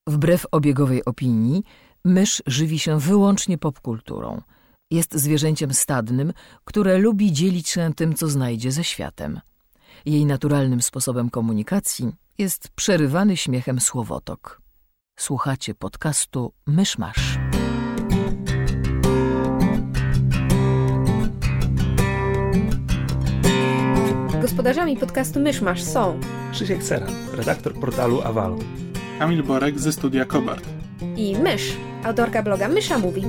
Wbrew obiegowej opinii, mysz żywi się wyłącznie popkulturą. Jest zwierzęciem stadnym, które lubi dzielić się tym, co znajdzie ze światem. Jej naturalnym sposobem komunikacji jest przerywany śmiechem słowotok. Słuchacie podcastu Myszmasz. Gospodarzami podcastu Myszmasz są Krzysiek Sera, redaktor portalu Avalon, Kamil Borek ze studia Kobart i Mysz, autorka bloga Mysza Mówi.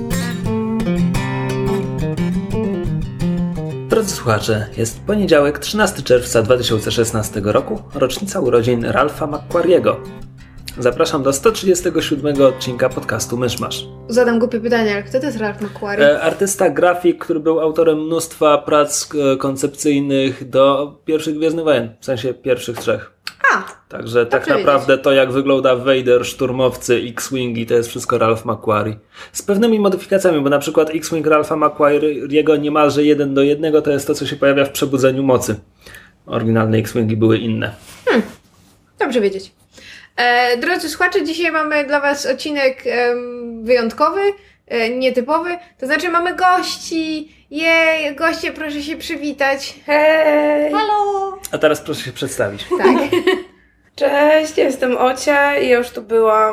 Drodzy słuchacze, jest poniedziałek, 13 czerwca 2016 roku, rocznica urodzin Ralpha McQuarriego. Zapraszam do 137 odcinka podcastu Myszmasz. Zadam głupie pytanie, ale kto to jest Ralph McQuarrie? Artysta, grafik, który był autorem mnóstwa prac koncepcyjnych do pierwszych Gwiezdnych Wojen, w sensie pierwszych trzech. Także tak naprawdę to, jak wygląda Vader, szturmowcy, X-Wingi, to jest wszystko Ralph McQuarrie. Z pewnymi modyfikacjami, bo na przykład X-Wing Ralpha McQuarriego niemalże 1:1 to jest to, co się pojawia w Przebudzeniu Mocy. Oryginalne X-Wingi były inne. Dobrze wiedzieć. Drodzy słuchacze, dzisiaj mamy dla Was odcinek wyjątkowy, nietypowy. To znaczy mamy gości. Jej, goście, proszę się przywitać. Hej! Halo! A teraz proszę się przedstawić. Tak. Cześć, ja jestem Ocia i ja już tu byłam.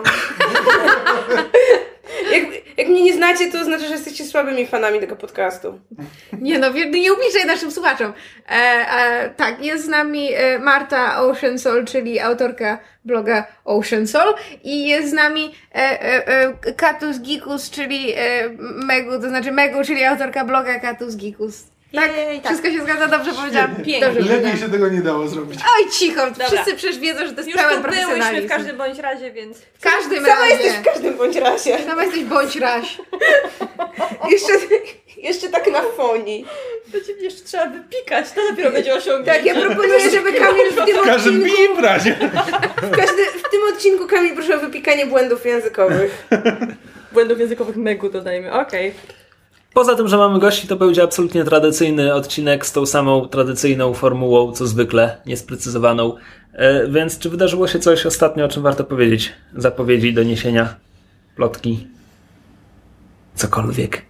jak mnie nie znacie, to znaczy, że jesteście słabymi fanami tego podcastu. Nie no, nie ubliżaj naszym słuchaczom. Tak, jest z nami Marta Ocean Soul, czyli autorka bloga Ocean Soul, i jest z nami Katus Gikus, czyli Megu, to znaczy Megu, czyli autorka bloga Katus Gikus. Tak? Jej, tak. Wszystko się zgadza? Dobrze powiedziałam? Pięknie. Lepiej się tego nie dało zrobić. Oj, cicho, Dobra. Wszyscy przecież wiedzą, że to jest Już pełen tu byłyśmy profesjonalizm. w każdym bądź razie, więc... W każdym Sama razie. jesteś w każdym bądź razie. Sama jesteś bądź raś. Jeszcze tak na fonii. Będzie mnie jeszcze trzeba wypikać, to dopiero będzie osiągnięcie. Tak, ja proponuję, żeby Kamil w tym W każdym odcinku... imprazie. W tym odcinku Kamil proszę o wypikanie błędów językowych. Błędów językowych Megu dodajmy, okej. Poza tym, że mamy gości, to będzie absolutnie tradycyjny odcinek z tą samą tradycyjną formułą, co zwykle, niesprecyzowaną. Więc czy wydarzyło się coś ostatnio, o czym warto powiedzieć? Zapowiedzi, doniesienia, plotki, cokolwiek.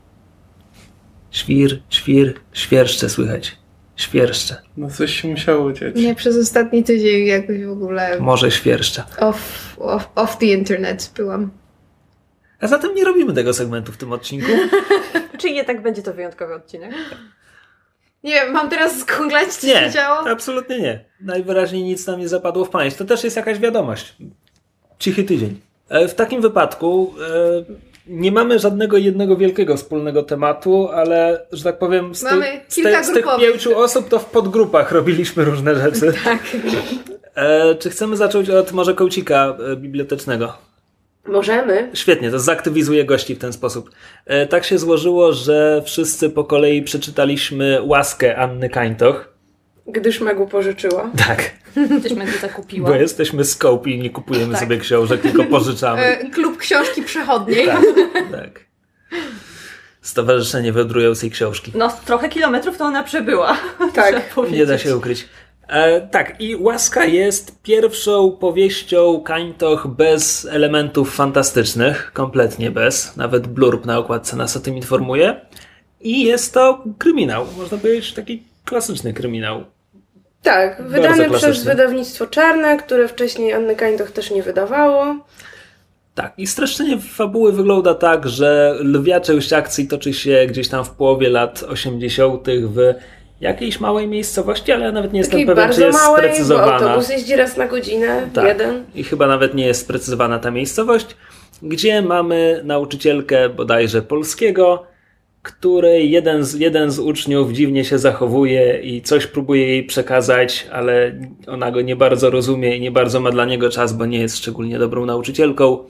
Świerszcze słychać. Świerszcze. No coś się musiało dziać. Nie, przez ostatni tydzień jakoś w ogóle Może świerszcza. off the internet byłam. A zatem nie robimy tego segmentu w tym odcinku. Czy jednak będzie to wyjątkowy odcinek? Nie wiem, mam teraz skunglać, co Nie, się działo? absolutnie nie. Najwyraźniej nic nam nie zapadło w pamięć. To też jest jakaś wiadomość. Cichy tydzień. W takim wypadku nie mamy żadnego jednego wielkiego wspólnego tematu, ale, że tak powiem, z tych 5 osób to w podgrupach robiliśmy różne rzeczy. Tak. Czy chcemy zacząć od może kącika bibliotecznego? Możemy. Świetnie, to zaktywizuje gości w ten sposób. Tak się złożyło, że wszyscy po kolei przeczytaliśmy Łaskę Anny Kańtoch. Gdyż Megu pożyczyła. Tak. Też Megu zakupiła. Bo jesteśmy scope i nie kupujemy sobie książek, tylko pożyczamy. Klub Książki Przechodniej. Tak. Stowarzyszenie Wędrującej Książki. No, trochę kilometrów to ona przebyła. Tak, nie da się ukryć. Tak, i Łaska jest pierwszą powieścią Kańtoch bez elementów fantastycznych, kompletnie bez, nawet blurb na okładce nas o tym informuje. I jest to kryminał, można powiedzieć taki klasyczny kryminał. Tak, wydany przez wydawnictwo Czarne, które wcześniej Anny Kańtoch też nie wydawało. Tak, i streszczenie fabuły wygląda tak, że lwia część akcji toczy się gdzieś tam w połowie lat 80. w jakiejś małej miejscowości, ale ja nawet nie jestem pewien, czy jest małej, sprecyzowana. Bo autobus jeździ raz na godzinę, tak. jeden. I chyba nawet nie jest sprecyzowana ta miejscowość, gdzie mamy nauczycielkę bodajże polskiego, której jeden z uczniów dziwnie się zachowuje i coś próbuje jej przekazać, ale ona go nie bardzo rozumie i nie bardzo ma dla niego czas, bo nie jest szczególnie dobrą nauczycielką.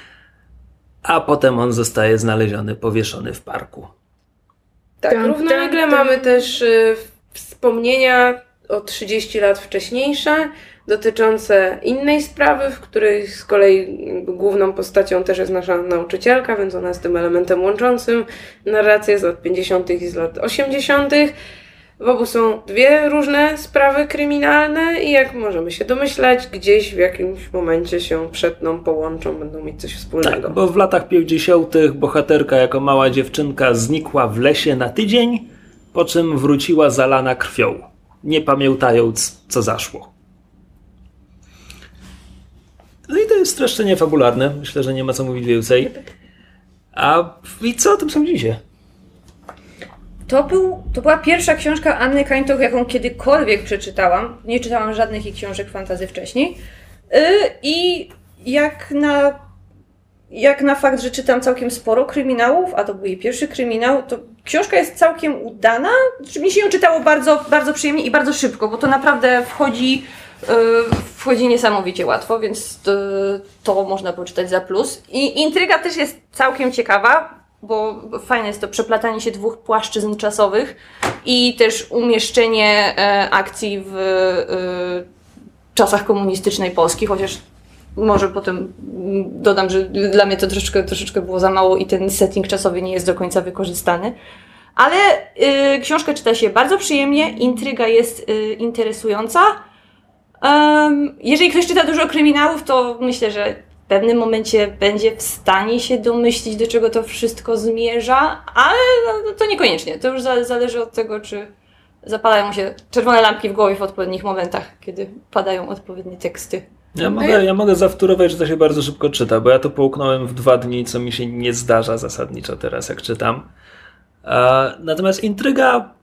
A potem on zostaje znaleziony, powieszony w parku. Tak, równolegle mamy też wspomnienia o 30 lat wcześniejsze, dotyczące innej sprawy, w której z kolei główną postacią też jest nasza nauczycielka, więc ona jest tym elementem łączącym narrację z lat 50. i z lat 80. W obu są dwie różne sprawy kryminalne i jak możemy się domyślać, gdzieś w jakimś momencie się przetną, połączą, będą mieć coś wspólnego. Tak, bo w latach 50. bohaterka jako mała dziewczynka znikła w lesie na tydzień, po czym wróciła zalana krwią, nie pamiętając, co zaszło. No i to jest streszczenie fabularne. Myślę, że nie ma co mówić więcej. I co o tym sądzicie? To była pierwsza książka Anny Kańtoch, jaką kiedykolwiek przeczytałam. Nie czytałam żadnych jej książek fantasy wcześniej. I jak na fakt, że czytam całkiem sporo kryminałów, a to był jej pierwszy kryminał, to książka jest całkiem udana. Mi się ją czytało bardzo, bardzo przyjemnie i bardzo szybko, bo to naprawdę wchodzi niesamowicie łatwo, więc to można poczytać za plus. I intryga też jest całkiem ciekawa, bo fajne jest to przeplatanie się dwóch płaszczyzn czasowych i też umieszczenie akcji w czasach komunistycznej Polski, chociaż może potem dodam, że dla mnie to troszeczkę było za mało i ten setting czasowy nie jest do końca wykorzystany. Ale książkę czyta się bardzo przyjemnie, intryga jest interesująca. Jeżeli ktoś czyta dużo kryminałów, to myślę, że w pewnym momencie będzie w stanie się domyślić, do czego to wszystko zmierza, ale to niekoniecznie. To już zależy od tego, czy zapalają się czerwone lampki w głowie w odpowiednich momentach, kiedy padają odpowiednie teksty. Ja mogę zawtórować, że to się bardzo szybko czyta, bo ja to połknąłem w 2 dni, co mi się nie zdarza zasadniczo teraz, jak czytam. Natomiast intryga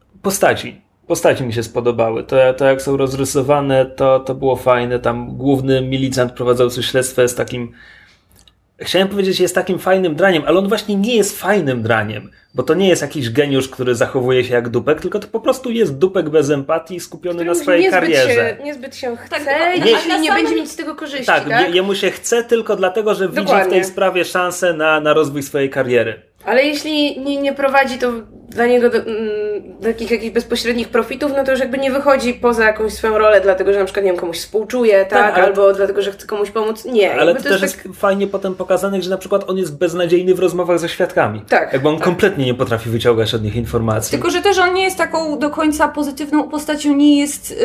postaci mi się spodobały. To jak są rozrysowane, to było fajne. Tam główny milicjant prowadzący śledztwo jest takim... Chciałem powiedzieć, jest takim fajnym draniem, ale on właśnie nie jest fajnym draniem, bo to nie jest jakiś geniusz, który zachowuje się jak dupek, tylko to po prostu jest dupek bez empatii, skupiony na swojej karierze. Niezbyt się chce, tak, nie będzie mieć z tego korzyści, tak? Jemu się chce tylko dlatego, że widzi w tej sprawie szansę na rozwój swojej kariery. Ale jeśli nie prowadzi to dla niego do takich jakichś bezpośrednich profitów, no to już jakby nie wychodzi poza jakąś swoją rolę, dlatego że na przykład, nie wiem, komuś współczuje, tak? Albo dlatego, że chce komuś pomóc. Nie. Ale to też jest fajnie potem pokazane, że na przykład on jest beznadziejny w rozmowach ze świadkami. Tak. Jakby on kompletnie nie potrafi wyciągać od nich informacji. Tylko, że też on nie jest taką do końca pozytywną postacią, nie jest,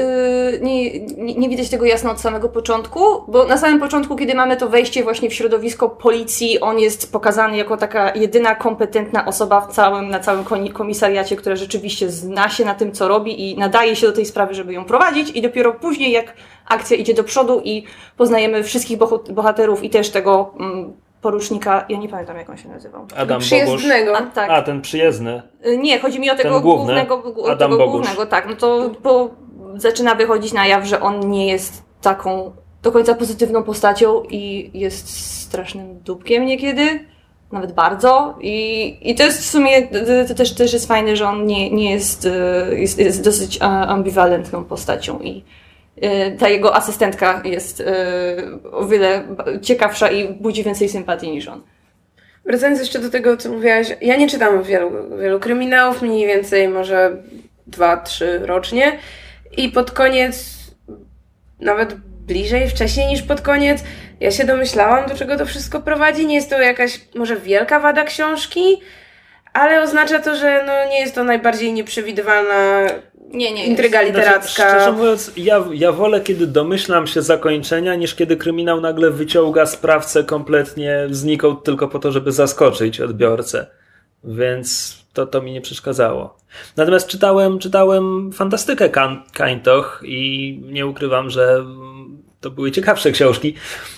nie widać tego jasno od samego początku, bo na samym początku, kiedy mamy to wejście właśnie w środowisko policji, on jest pokazany jako taka jedyna kompetentna osoba na całym komisariacie, która rzeczywiście zna się na tym, co robi i nadaje się do tej sprawy, żeby ją prowadzić, i dopiero później, jak akcja idzie do przodu i poznajemy wszystkich bohaterów i też tego porucznika, ja nie pamiętam, jak on się nazywał. Adam Przyjezdnego. Tak. Ten przyjezdny. Nie, chodzi mi o tego głównego, tak. No to bo zaczyna wychodzić na jaw, że on nie jest taką do końca pozytywną postacią i jest strasznym dupkiem niekiedy. Nawet bardzo. I to jest w sumie, to też jest fajne, że on nie jest dosyć ambiwalentną postacią i ta jego asystentka jest o wiele ciekawsza i budzi więcej sympatii niż on. Wracając jeszcze do tego, co mówiłaś, ja nie czytam wielu kryminałów, mniej więcej może 2-3 rocznie i pod koniec, nawet bliżej, wcześniej niż pod koniec, ja się domyślałam, do czego to wszystko prowadzi. Nie jest to jakaś może wielka wada książki, ale oznacza to, że nie jest to najbardziej nieprzewidywalna intryga literacka. Szczerze mówiąc, ja wolę, kiedy domyślam się zakończenia, niż kiedy kryminał nagle wyciąga sprawcę kompletnie znikąd tylko po to, żeby zaskoczyć odbiorcę. Więc to mi nie przeszkadzało. Natomiast czytałem fantastykę Kańtoch i nie ukrywam, że to były ciekawsze książki.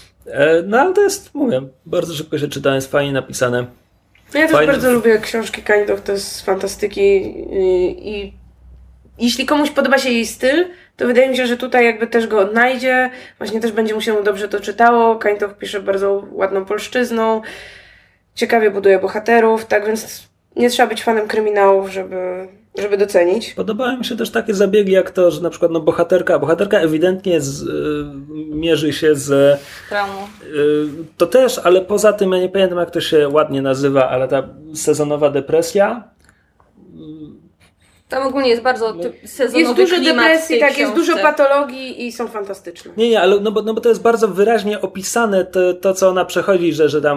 No ale to jest, mówię, bardzo szybko się czyta, jest fajnie napisane. Ja też bardzo lubię książki Kańtoch, to jest z fantastyki i jeśli komuś podoba się jej styl, to wydaje mi się, że tutaj jakby też go odnajdzie. Właśnie też będzie mu się dobrze to czytało. Kańtoch pisze bardzo ładną polszczyzną. Ciekawie buduje bohaterów, tak więc nie trzeba być fanem kryminałów, żeby docenić. Podobały mi się też takie zabiegi jak to, że na przykład bohaterka ewidentnie mierzy się z traumą. To też, ale poza tym ja nie pamiętam, jak to się ładnie nazywa, ale ta sezonowa depresja. Tam ogólnie jest bardzo sezonowy jest dużo depresji, tak, książce. jest dużo patologii i są fantastyczne. Nie, ale bo to jest bardzo wyraźnie opisane to co ona przechodzi, że tam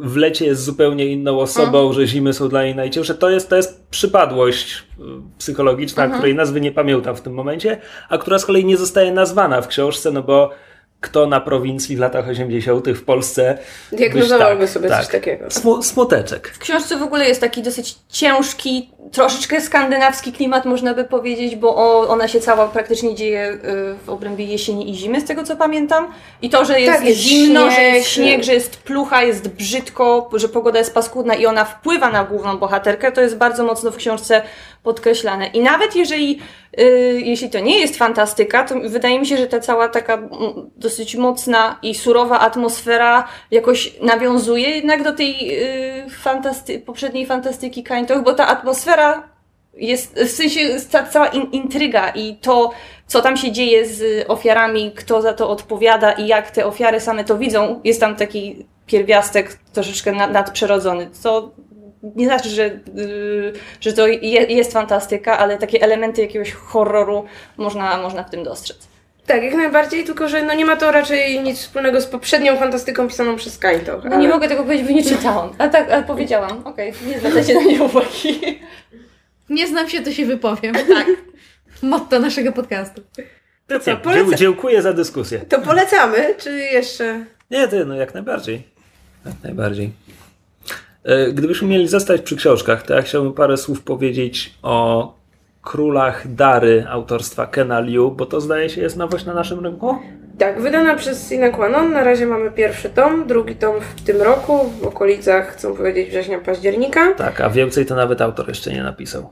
w lecie jest zupełnie inną osobą, że zimy są dla niej najcięższe. To jest przypadłość psychologiczna, której nazwy nie pamiętam w tym momencie, a która z kolei nie zostaje nazwana w książce, no bo kto na prowincji w latach 80. w Polsce diagnozowałby sobie coś takiego. Smuteczek. W książce w ogóle jest taki dosyć ciężki, troszeczkę skandynawski klimat, można by powiedzieć, bo ona się cała praktycznie dzieje w obrębie jesieni i zimy, z tego co pamiętam. I to, że jest zimno, śnieg, że jest śnieg, że jest plucha, jest brzydko, że pogoda jest paskudna i ona wpływa na główną bohaterkę, to jest bardzo mocno w książce podkreślane. I nawet jeśli to nie jest fantastyka, to wydaje mi się, że ta cała taka dosyć mocna i surowa atmosfera jakoś nawiązuje jednak do tej poprzedniej fantastyki Kaintoch, bo ta atmosfera jest, w sensie ta cała intryga i to, co tam się dzieje z ofiarami, kto za to odpowiada i jak te ofiary same to widzą, jest tam taki pierwiastek troszeczkę nadprzyrodzony, co nie znaczy, że to jest fantastyka, ale takie elementy jakiegoś horroru można w tym dostrzec. Tak, jak najbardziej, tylko że nie ma to raczej nic wspólnego z poprzednią fantastyką pisaną przez Kaintoch. Nie mogę tego powiedzieć, bo nie czytałam. Ale powiedziałam. Okej, nie zwracajcie na mnie uwagi. Nie znam się, to się wypowiem. Tak. Motto naszego podcastu. To co, dziękuję za dyskusję. To polecamy, czy jeszcze... Nie, jak najbardziej. Jak najbardziej. Gdybyśmy mieli zostać przy książkach, to ja chciałbym parę słów powiedzieć o Królach Dary autorstwa Kena Liu, bo to zdaje się jest nowość na naszym rynku? Tak, wydana przez Sine Qua Non. Na razie mamy pierwszy tom, drugi tom w tym roku, w okolicach, chcę powiedzieć, września, października. Tak, a więcej to nawet autor jeszcze nie napisał.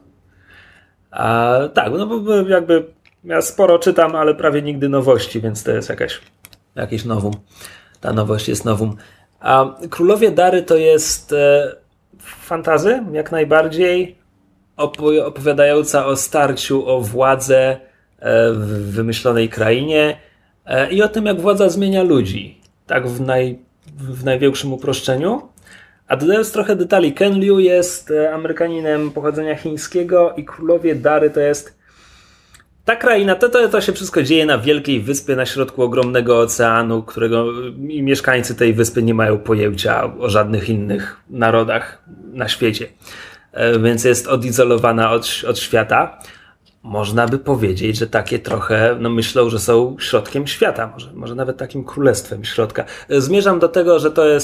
Tak, no bo jakby ja sporo czytam, ale prawie nigdy nowości, więc to jest jakieś nowum. Ta nowość jest nowum. A Królowie Dary to jest fantazy, jak najbardziej, opowiadająca o starciu o władzę w wymyślonej krainie i o tym, jak władza zmienia ludzi. Tak w największym uproszczeniu. A dodając trochę detali, Ken Liu jest Amerykaninem pochodzenia chińskiego i Królowie Dary to jest ta kraina, to się wszystko dzieje na wielkiej wyspie na środku ogromnego oceanu, którego i mieszkańcy tej wyspy nie mają pojęcia o żadnych innych narodach na świecie. Więc jest odizolowana od świata. Można by powiedzieć, że takie trochę myślą, że są środkiem świata, może nawet takim królestwem środka. Zmierzam do tego, że to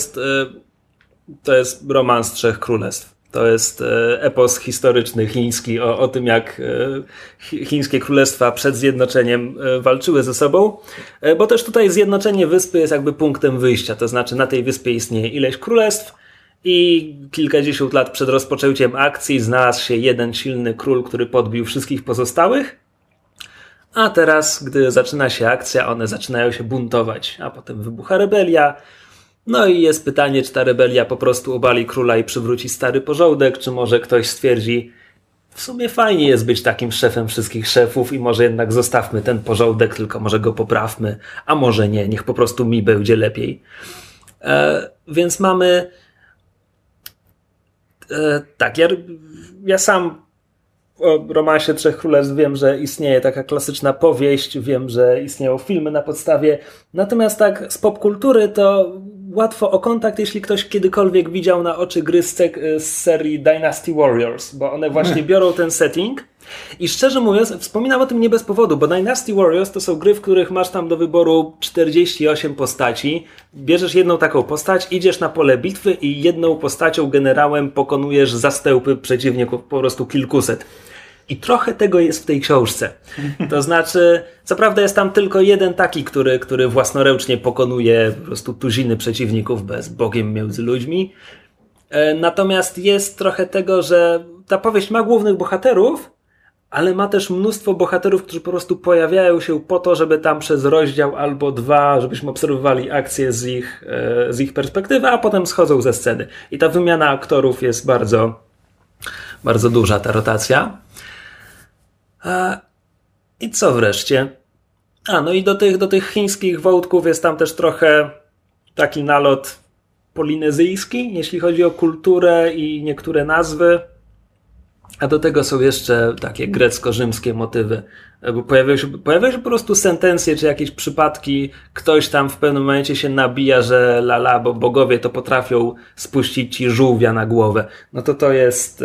jest romans Trzech Królestw. To jest epos historyczny chiński o tym, jak chińskie królestwa przed zjednoczeniem walczyły ze sobą, bo też tutaj zjednoczenie wyspy jest jakby punktem wyjścia, to znaczy na tej wyspie istnieje ileś królestw i kilkadziesiąt lat przed rozpoczęciem akcji znalazł się jeden silny król, który podbił wszystkich pozostałych, a teraz, gdy zaczyna się akcja, one zaczynają się buntować, a potem wybucha rebelia. No i jest pytanie, czy ta rebelia po prostu obali króla i przywróci stary porządek, czy może ktoś stwierdzi, w sumie fajnie jest być takim szefem wszystkich szefów i może jednak zostawmy ten porządek, tylko może go poprawmy, a może nie, niech po prostu mi będzie lepiej. Więc mamy... tak, ja sam o romansie Trzech Królestw wiem, że istnieje taka klasyczna powieść, wiem, że istnieją filmy na podstawie, natomiast tak z popkultury to łatwo o kontakt, jeśli ktoś kiedykolwiek widział na oczy gry z serii Dynasty Warriors, bo one właśnie biorą ten setting i szczerze mówiąc, wspominam o tym nie bez powodu, bo Dynasty Warriors to są gry, w których masz tam do wyboru 48 postaci, bierzesz jedną taką postać, idziesz na pole bitwy i jedną postacią, generałem pokonujesz zastępy przeciwników, po prostu kilkuset. I trochę tego jest w tej książce. To znaczy, co prawda jest tam tylko jeden taki, który własnoręcznie pokonuje po prostu tuziny przeciwników bez Bogiem między ludźmi. Natomiast jest trochę tego, że ta powieść ma głównych bohaterów, ale ma też mnóstwo bohaterów, którzy po prostu pojawiają się po to, żeby tam przez rozdział albo dwa, żebyśmy obserwowali akcje z ich perspektywy, a potem schodzą ze sceny. I ta wymiana aktorów jest bardzo, bardzo duża, ta rotacja. I co wreszcie? No i do tych chińskich wątków jest tam też trochę taki nalot polinezyjski, jeśli chodzi o kulturę i niektóre nazwy. A do tego są jeszcze takie grecko-rzymskie motywy. Bo pojawiają się po prostu sentencje, czy jakieś przypadki, ktoś tam w pewnym momencie się nabija, że bo bogowie to potrafią spuścić ci żółwia na głowę. No to jest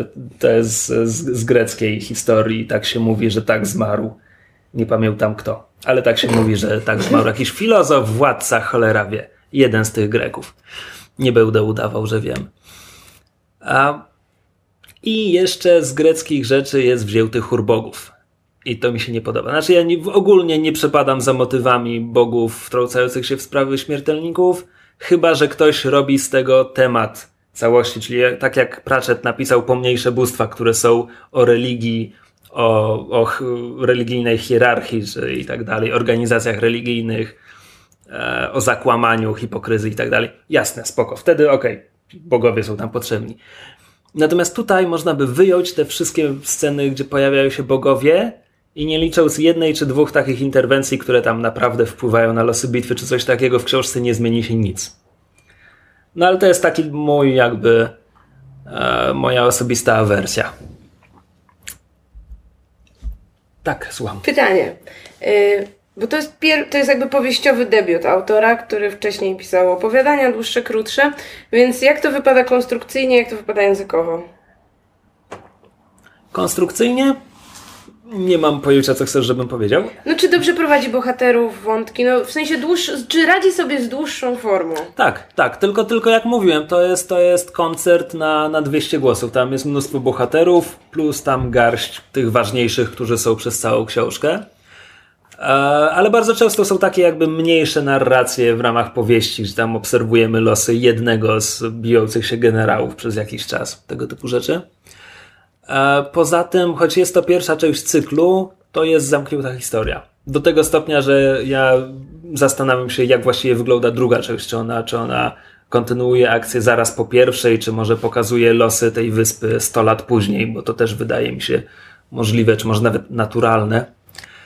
z greckiej historii. Tak się mówi, że tak zmarł. Nie pamiętam kto, ale tak się mówi, że tak zmarł jakiś filozof, władca, cholera wie. Jeden z tych Greków. Nie będę udawał, że wiem. I jeszcze z greckich rzeczy jest wzięty chór bogów. I to mi się nie podoba. Znaczy ja ogólnie nie przepadam za motywami bogów wtrącających się w sprawy śmiertelników, chyba że ktoś robi z tego temat całości, czyli tak jak Pratchett napisał Pomniejsze bóstwa, które są o religii, o religijnej hierarchii i tak dalej, organizacjach religijnych, o zakłamaniu, hipokryzji i tak dalej. Jasne, spoko. Wtedy bogowie są tam potrzebni. Natomiast tutaj można by wyjąć te wszystkie sceny, gdzie pojawiają się bogowie i nie licząc jednej czy dwóch takich interwencji, które tam naprawdę wpływają na losy bitwy, czy coś takiego, w książce nie zmieni się nic. No ale to jest taki mój moja osobista awersja. Tak, słucham. Pytanie. Bo to jest jakby powieściowy debiut autora, który wcześniej pisał opowiadania dłuższe, krótsze, więc jak to wypada konstrukcyjnie, jak to wypada językowo? Konstrukcyjnie? Nie mam pojęcia, co chcesz, żebym powiedział. No czy dobrze prowadzi bohaterów, wątki, no w sensie czy radzi sobie z dłuższą formą? Tak, tylko jak mówiłem, to jest koncert na 200 głosów. Tam jest mnóstwo bohaterów, plus tam garść tych ważniejszych, którzy są przez całą książkę. Ale bardzo często są takie jakby mniejsze narracje w ramach powieści, że tam obserwujemy losy jednego z bijących się generałów przez jakiś czas, tego typu rzeczy. Poza tym, choć jest to pierwsza część cyklu, to jest zamknięta historia. Do tego stopnia, że ja zastanawiam się, jak właściwie wygląda druga część, czy ona kontynuuje akcję zaraz po pierwszej, czy może pokazuje losy tej wyspy 100 lat później, bo to też wydaje mi się możliwe, czy może nawet naturalne.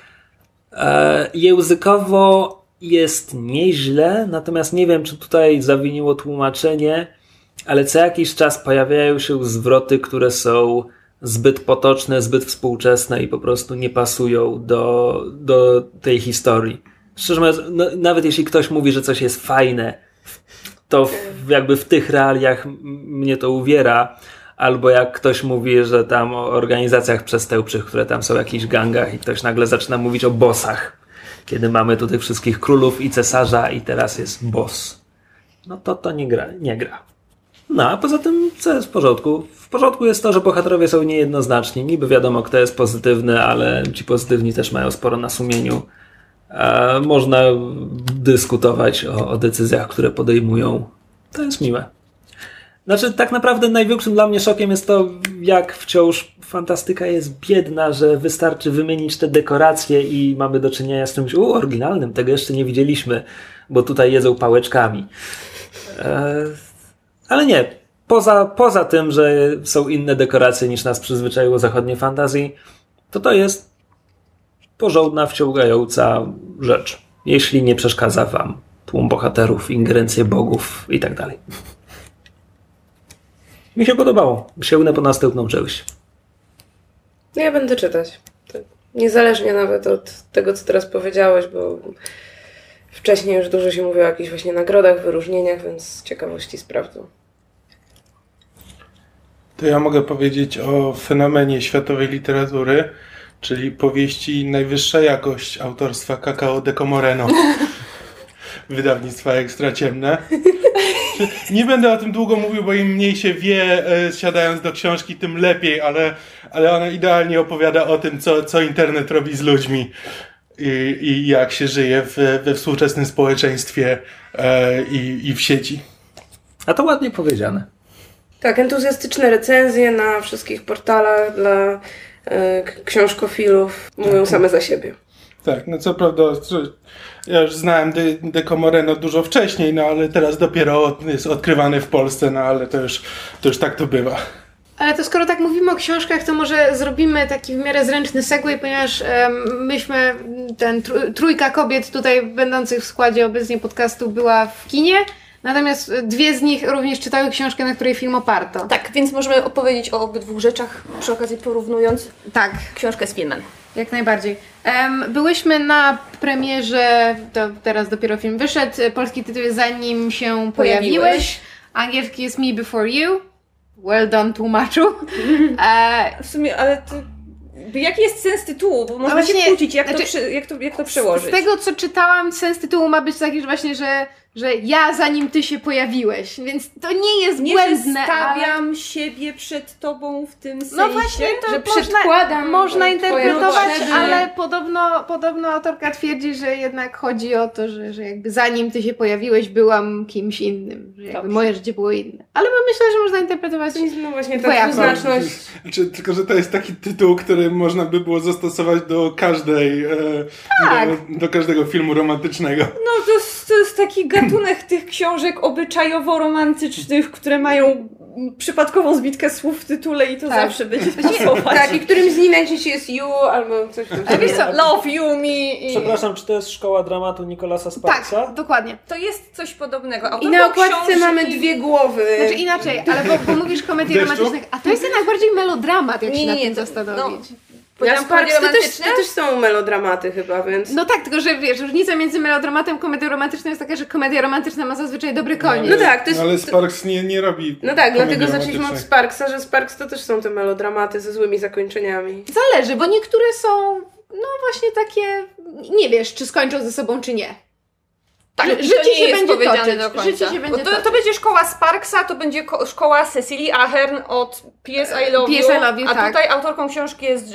Językowo jest nieźle, natomiast nie wiem, czy tutaj zawiniło tłumaczenie, ale co jakiś czas pojawiają się zwroty, które są zbyt potoczne, zbyt współczesne i po prostu nie pasują do tej historii. Szczerze mówiąc, nawet jeśli ktoś mówi, że coś jest fajne, to jakby w tych realiach mnie to uwiera. Albo jak ktoś mówi, że tam o organizacjach przestępczych, które tam są w jakichś gangach i ktoś nagle zaczyna mówić o bossach. Kiedy mamy tu tych wszystkich królów i cesarza i teraz jest boss. No to nie gra. No a poza tym co jest w porządku? W porządku jest to, że bohaterowie są niejednoznaczni. Niby wiadomo, kto jest pozytywny, ale ci pozytywni też mają sporo na sumieniu. Można dyskutować o decyzjach, które podejmują. To jest miłe. Znaczy, tak naprawdę największym dla mnie szokiem jest to, jak wciąż fantastyka jest biedna, że wystarczy wymienić te dekoracje i mamy do czynienia z czymś oryginalnym. Tego jeszcze nie widzieliśmy, bo tutaj jedzą pałeczkami. Ale nie. Poza tym, że są inne dekoracje niż nas przyzwyczaiło zachodnie fantazji, to jest porządna, wciągająca rzecz. Jeśli nie przeszkadza wam tłum bohaterów, ingerencje bogów i tak dalej. Mi się podobało. Sięgnę po następną część. No ja będę czytać. Niezależnie nawet od tego, co teraz powiedziałeś, bo wcześniej już dużo się mówiło o jakichś właśnie nagrodach, wyróżnieniach, więc z ciekawości sprawdzę. To ja mogę powiedzieć o fenomenie światowej literatury, czyli powieści najwyższa jakość autorstwa Kakao de Comoreno. Wydawnictwa Ekstra Ciemne. Nie będę o tym długo mówił, bo im mniej się wie, siadając do książki, tym lepiej, ale ona idealnie opowiada o tym, co internet robi z ludźmi i jak się żyje we współczesnym społeczeństwie i w sieci. A to ładnie powiedziane. Tak, entuzjastyczne recenzje na wszystkich portalach dla książkofilów mówią same za siebie. Tak, no co prawda ja już znałem de Comoreno dużo wcześniej, no ale teraz dopiero jest odkrywany w Polsce, no ale to już tak to bywa. Ale to skoro tak mówimy o książkach, to może zrobimy taki w miarę zręczny segway, ponieważ myśmy, trójka kobiet tutaj będących w składzie obecnie podcastu była w kinie natomiast 2 z nich również czytały książkę, na której film oparto. Tak, więc możemy opowiedzieć o obydwu rzeczach, przy okazji porównując książkę z filmem. Jak najbardziej. Byłyśmy na premierze, to teraz dopiero film wyszedł, polski tytuł jest Zanim się pojawiłeś. Angielski jest Me Before You. Well done, tłumaczu. W sumie, ale to... Jaki jest sens tytułu? Bo można się kłócić, jak to przełożyć. Z tego, co czytałam, sens tytułu ma być taki, że właśnie, że ja zanim ty się pojawiłeś, więc to nie jest błędne, stawiam siebie przed tobą w tym sensie, no właśnie, to że przedkładam można interpretować, potrzeby. ale podobno autorka twierdzi, że jednak chodzi o to, że jakby zanim ty się pojawiłeś, byłam kimś innym, że jakby moje życie było inne. Ale myślę, że można interpretować no właśnie ta dwuznaczność. Tylko, że to jest taki tytuł, który można by było zastosować do każdej do każdego filmu romantycznego. No to jest taki gatunek tych książek obyczajowo-romantycznych, które mają przypadkową zbitkę słów w tytule i to zawsze będzie pasować. Tak, i którymś z nich najczęściej jest you albo coś tam. Love you, me. Przepraszam, czy to jest szkoła dramatu Nicolasa Sparksa? Tak, dokładnie. To jest coś podobnego. I na okładce mamy 2 głowy. Znaczy inaczej, ale bo mówisz komedii romantycznych, a to jest jednak bardziej melodramat, jak się nad tym zastanowić. Sparks to też są melodramaty chyba, więc... No tak, tylko że wiesz, różnica między melodramatem a komedią romantyczną jest taka, że komedia romantyczna ma zazwyczaj dobry koniec. No tak, to jest... Ale Sparks nie robi. No tak, dlatego zaczęliśmy od Sparksa, że Sparks to też są te melodramaty ze złymi zakończeniami. Zależy, bo niektóre są, no właśnie takie, nie wiesz, czy skończą ze sobą, czy nie. Tak, życie się będzie powiedziane do końca. Życie się będzie to będzie szkoła Sparksa, to będzie szkoła Cecily Ahern od P.S. I Love You, a tutaj autorką książki jest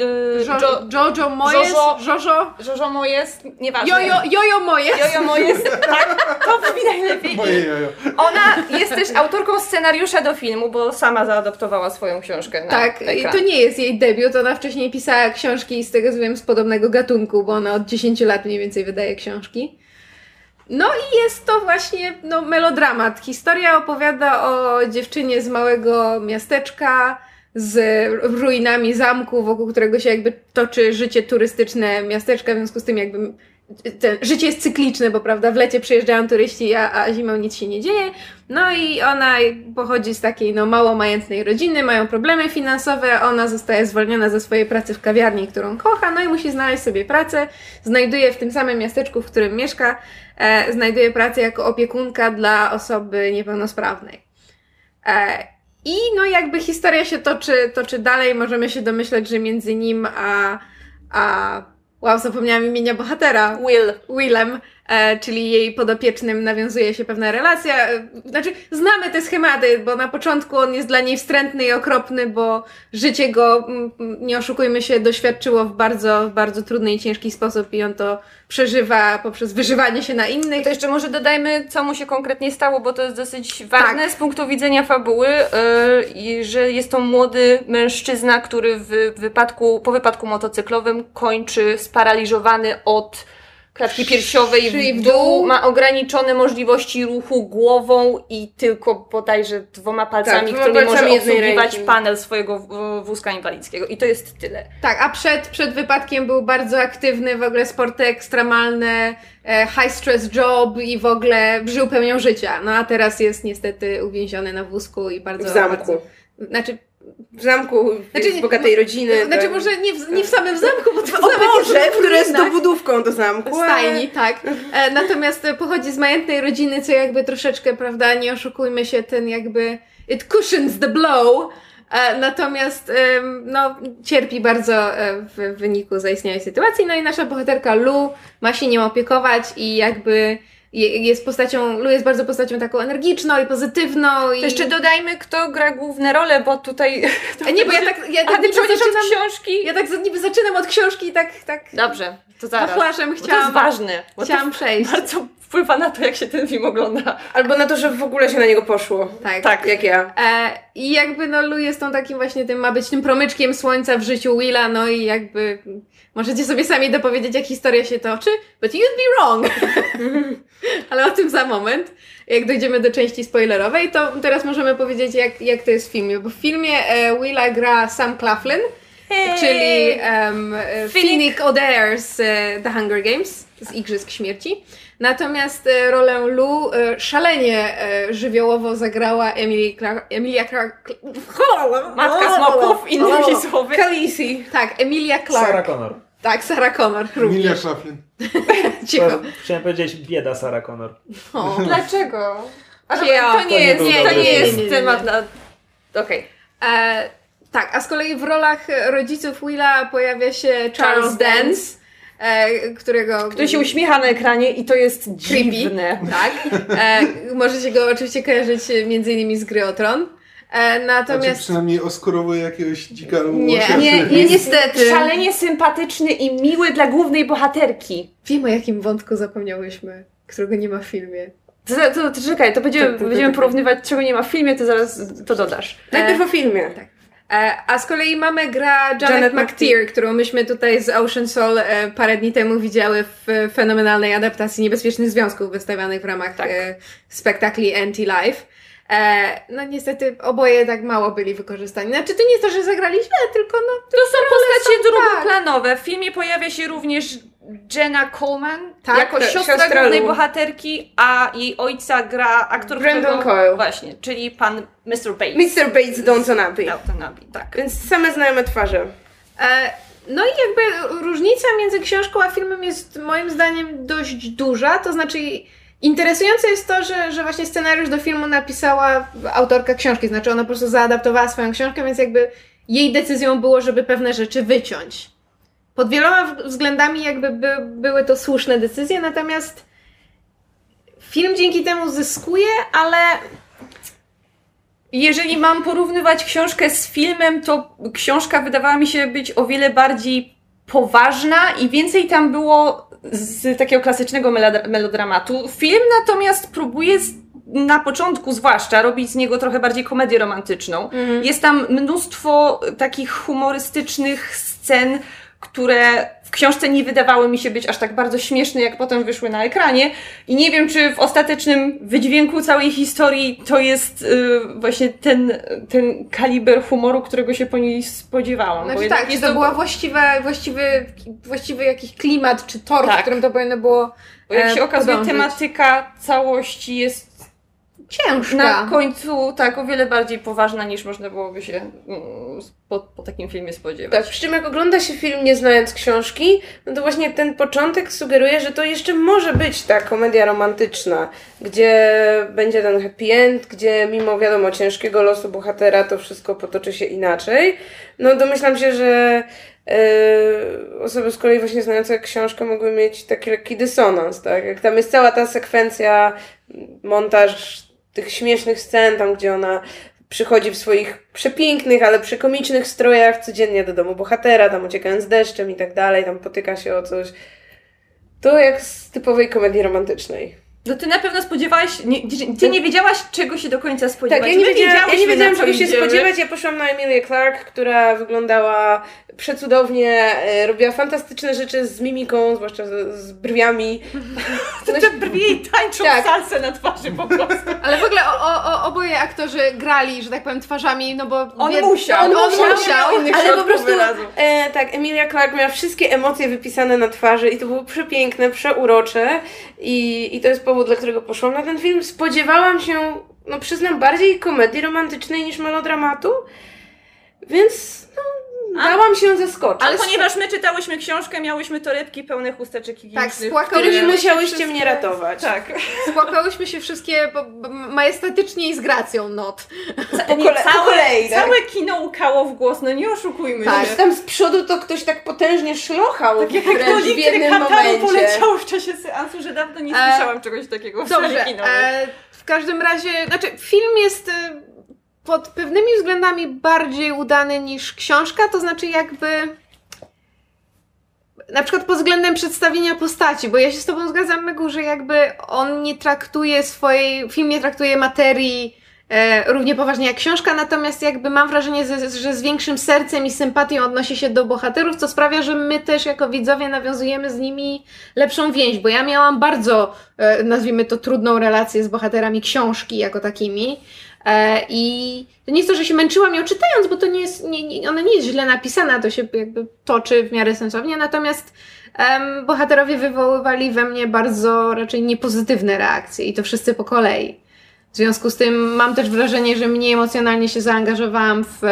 Jojo Moyes, Jojo Moyes, nieważne. Jojo Moyes. Jojo Moyes, tak, to brzmi najlepiej. Moje jojo. Ona jest też autorką scenariusza do filmu, bo sama zaadoptowała swoją książkę na Tak, ekran. i to nie jest jej debiut, ona wcześniej pisała książki z tego co wiem z podobnego gatunku, bo ona od 10 lat mniej więcej wydaje książki. No i jest to właśnie melodramat. Historia opowiada o dziewczynie z małego miasteczka z ruinami zamku, wokół którego się jakby toczy życie turystyczne miasteczka, w związku z tym jakby życie jest cykliczne, bo prawda, w lecie przyjeżdżają turyści, a zimą nic się nie dzieje. No i ona pochodzi z takiej mało majętnej rodziny, mają problemy finansowe, ona zostaje zwolniona ze swojej pracy w kawiarni, którą kocha, no i musi znaleźć sobie pracę. Znajduje w tym samym miasteczku, w którym mieszka, znajduje pracę jako opiekunka dla osoby niepełnosprawnej. I jakby historia się toczy dalej, możemy się domyśleć, że między nim zapomniałam imienia bohatera. Willem, czyli jej podopiecznym nawiązuje się pewna relacja. Znaczy, znamy te schematy, bo na początku on jest dla niej wstrętny i okropny, bo życie go, nie oszukujmy się, doświadczyło w bardzo, bardzo trudny i ciężki sposób i on to przeżywa poprzez wyżywanie się na innych. To jeszcze może dodajmy, co mu się konkretnie stało, bo to jest dosyć ważne z punktu widzenia fabuły, że jest to młody mężczyzna, który po wypadku motocyklowym kończy sparaliżowany od klatki piersiowej w dół, ma ograniczone możliwości ruchu głową i tylko bodajże 2 palcami, którymi może obsługiwać panel swojego wózka inwalidzkiego. I to jest tyle. Tak, a przed wypadkiem był bardzo aktywny, w ogóle sporty ekstremalne, high stress job i w ogóle żył pełnią życia. No a teraz jest niestety uwięziony na wózku i bardzo... W zamku. W zamku z bogatej rodziny. Znaczy tak. może nie w samym zamku, bo to zamek jest które jest dobudówką do zamku. Stajni, tak. Natomiast pochodzi z majętnej rodziny, co jakby troszeczkę, prawda, nie oszukujmy się, ten jakby it cushions the blow. Natomiast cierpi bardzo w wyniku zaistniałej sytuacji. No i nasza bohaterka Lu ma się nią opiekować i jakby Lu jest bardzo postacią taką energiczną i pozytywną. To jeszcze dodajmy, kto gra główne role, bo tutaj... Nie, bo ja tak niby zaczynam od książki. Ja tak niby zaczynam od książki i tak... Dobrze, to zaraz. Pachlaszem to jest ważne. Chciałam przejść. Bardzo wpływa na to, jak się ten film ogląda. Albo na to, że w ogóle się na niego poszło. Tak. Jak ja. I jakby Lu jest tą takim właśnie ma być tym promyczkiem słońca w życiu Willa, no i jakby możecie sobie sami dopowiedzieć, jak historia się toczy, but you'd be wrong. Ale o tym za moment. Jak dojdziemy do części spoilerowej, to teraz możemy powiedzieć, jak to jest w filmie. Bo w filmie Willa gra Sam Claflin, czyli Finnick Odair z The Hunger Games, z Igrzysk Śmierci. Natomiast rolę Lou szalenie żywiołowo zagrała Emilia Clarke. Matka smoków, innymi słowy. Khaleesi. Tak, Emilia Clarke. Sarah Connor. Tak, Sarah Connor również. Emilia Schlafly. Cicho. Chciałem powiedzieć bieda Sarah Connor. Dlaczego? To nie jest temat na... Okej. Tak, a z kolei w rolach rodziców Willa pojawia się Charles Dance, który się uśmiecha na ekranie i to jest dziwne. Tak. Możecie go oczywiście kojarzyć między innymi z Gry o Tron. Natomiast... przynajmniej oskurowuje jakiegoś dzika nie, niestety. Szalenie sympatyczny i miły dla głównej bohaterki. Wiem, o jakim wątku zapomniałyśmy, którego nie ma w filmie. To czekaj, to będziemy porównywać, czego nie ma w filmie, to zaraz to dodasz. Najpierw o filmie. Tak. A z kolei mamy gra Janet McTeer, którą myśmy tutaj z Ocean Soul parę dni temu widziały w fenomenalnej adaptacji Niebezpiecznych Związków wystawianych w ramach spektakli Anti-Life. No niestety oboje tak mało byli wykorzystani. Znaczy to nie jest to, że zagrali źle, tylko to są postacie drugoplanowe. W filmie pojawia się również Jenna Coleman jako siostra głównej bohaterki, a jej ojca gra aktor Brandon Coyle. Właśnie, czyli pan Mr. Bates. Mr. Bates Downton Abbey. Tak. Więc same znajome twarze. No i jakby różnica między książką a filmem jest moim zdaniem dość duża, to znaczy interesujące jest to, że właśnie scenariusz do filmu napisała autorka książki, znaczy ona po prostu zaadaptowała swoją książkę, więc jakby jej decyzją było, żeby pewne rzeczy wyciąć. Pod wieloma względami jakby były to słuszne decyzje, natomiast film dzięki temu zyskuje, ale jeżeli mam porównywać książkę z filmem, to książka wydawała mi się być o wiele bardziej poważna i więcej tam było z takiego klasycznego melodramatu. Film natomiast próbuje na początku zwłaszcza robić z niego trochę bardziej komedię romantyczną. Jest tam mnóstwo takich humorystycznych scen, które w książce nie wydawały mi się być aż tak bardzo śmieszne, jak potem wyszły na ekranie. I nie wiem, czy w ostatecznym wydźwięku całej historii to jest właśnie ten kaliber humoru, którego się po niej spodziewałam. Znaczy tak, czy to była właściwy jakiś klimat, czy tor, w którym to powinno było bo jak się okazuje, tematyka całości jest ciężka. Na końcu o wiele bardziej poważna, niż można byłoby się po takim filmie spodziewać. Tak, przy czym jak ogląda się film nie znając książki, no to właśnie ten początek sugeruje, że to jeszcze może być ta komedia romantyczna, gdzie będzie ten happy end, gdzie mimo wiadomo ciężkiego losu bohatera to wszystko potoczy się inaczej. No domyślam się, że osoby z kolei właśnie znające książkę mogły mieć taki lekki dysonans, tak? Jak tam jest cała ta sekwencja, montaż tych śmiesznych scen, tam gdzie ona przychodzi w swoich przepięknych, ale przekomicznych strojach codziennie do domu bohatera, tam uciekając deszczem i tak dalej, tam potyka się o coś. To jak z typowej komedii romantycznej. No ty na pewno spodziewałaś, ty nie wiedziałaś, czego się do końca spodziewać. Tak, ja nie wiedziałam, czego się spodziewać. Ja poszłam na Emilię Clarke, która wyglądała przecudownie, robiła fantastyczne rzeczy z mimiką, zwłaszcza z brwiami. Te brwi jej tańczą salsę na twarzy po prostu. Ale w ogóle oboje aktorzy grali, że tak powiem, twarzami, no bo... On musiał, ale po prostu tak, Emilia Clarke miała wszystkie emocje wypisane na twarzy i to było przepiękne, przeurocze i to jest powód, dla którego poszłam na ten film. Spodziewałam się, no przyznam, bardziej komedii romantycznej niż melodramatu, więc dałam się zaskoczyć. Ale ponieważ my czytałyśmy książkę, miałyśmy torebki pełne chusteczek higienicznych. Tak, którymi musiałyście mnie ratować. Tak. Spłakałyśmy się wszystkie majestatycznie i z gracją not. Po kolei. Całe kino łkało w głos, no nie oszukujmy się. Tam z przodu to ktoś tak potężnie szlochał. Tak jak w jednym momencie. Poleciało w czasie seansu, że dawno nie słyszałam czegoś takiego w sali kinowej. W każdym razie, film jest pod pewnymi względami bardziej udany niż książka, to znaczy jakby na przykład pod względem przedstawienia postaci, bo ja się z tobą zgadzam, Megu, że jakby on nie traktuje film nie traktuje materii równie poważnie jak książka, natomiast jakby mam wrażenie, że z większym sercem i sympatią odnosi się do bohaterów, co sprawia, że my też jako widzowie nawiązujemy z nimi lepszą więź, bo ja miałam bardzo, nazwijmy to, trudną relację z bohaterami książki jako takimi. I to nie jest to, że się męczyłam ją czytając, bo to nie jest, ona nie jest źle napisana, to się jakby toczy w miarę sensownie, natomiast bohaterowie wywoływali we mnie bardzo raczej niepozytywne reakcje i to wszyscy po kolei. W związku z tym mam też wrażenie, że mniej emocjonalnie się zaangażowałam w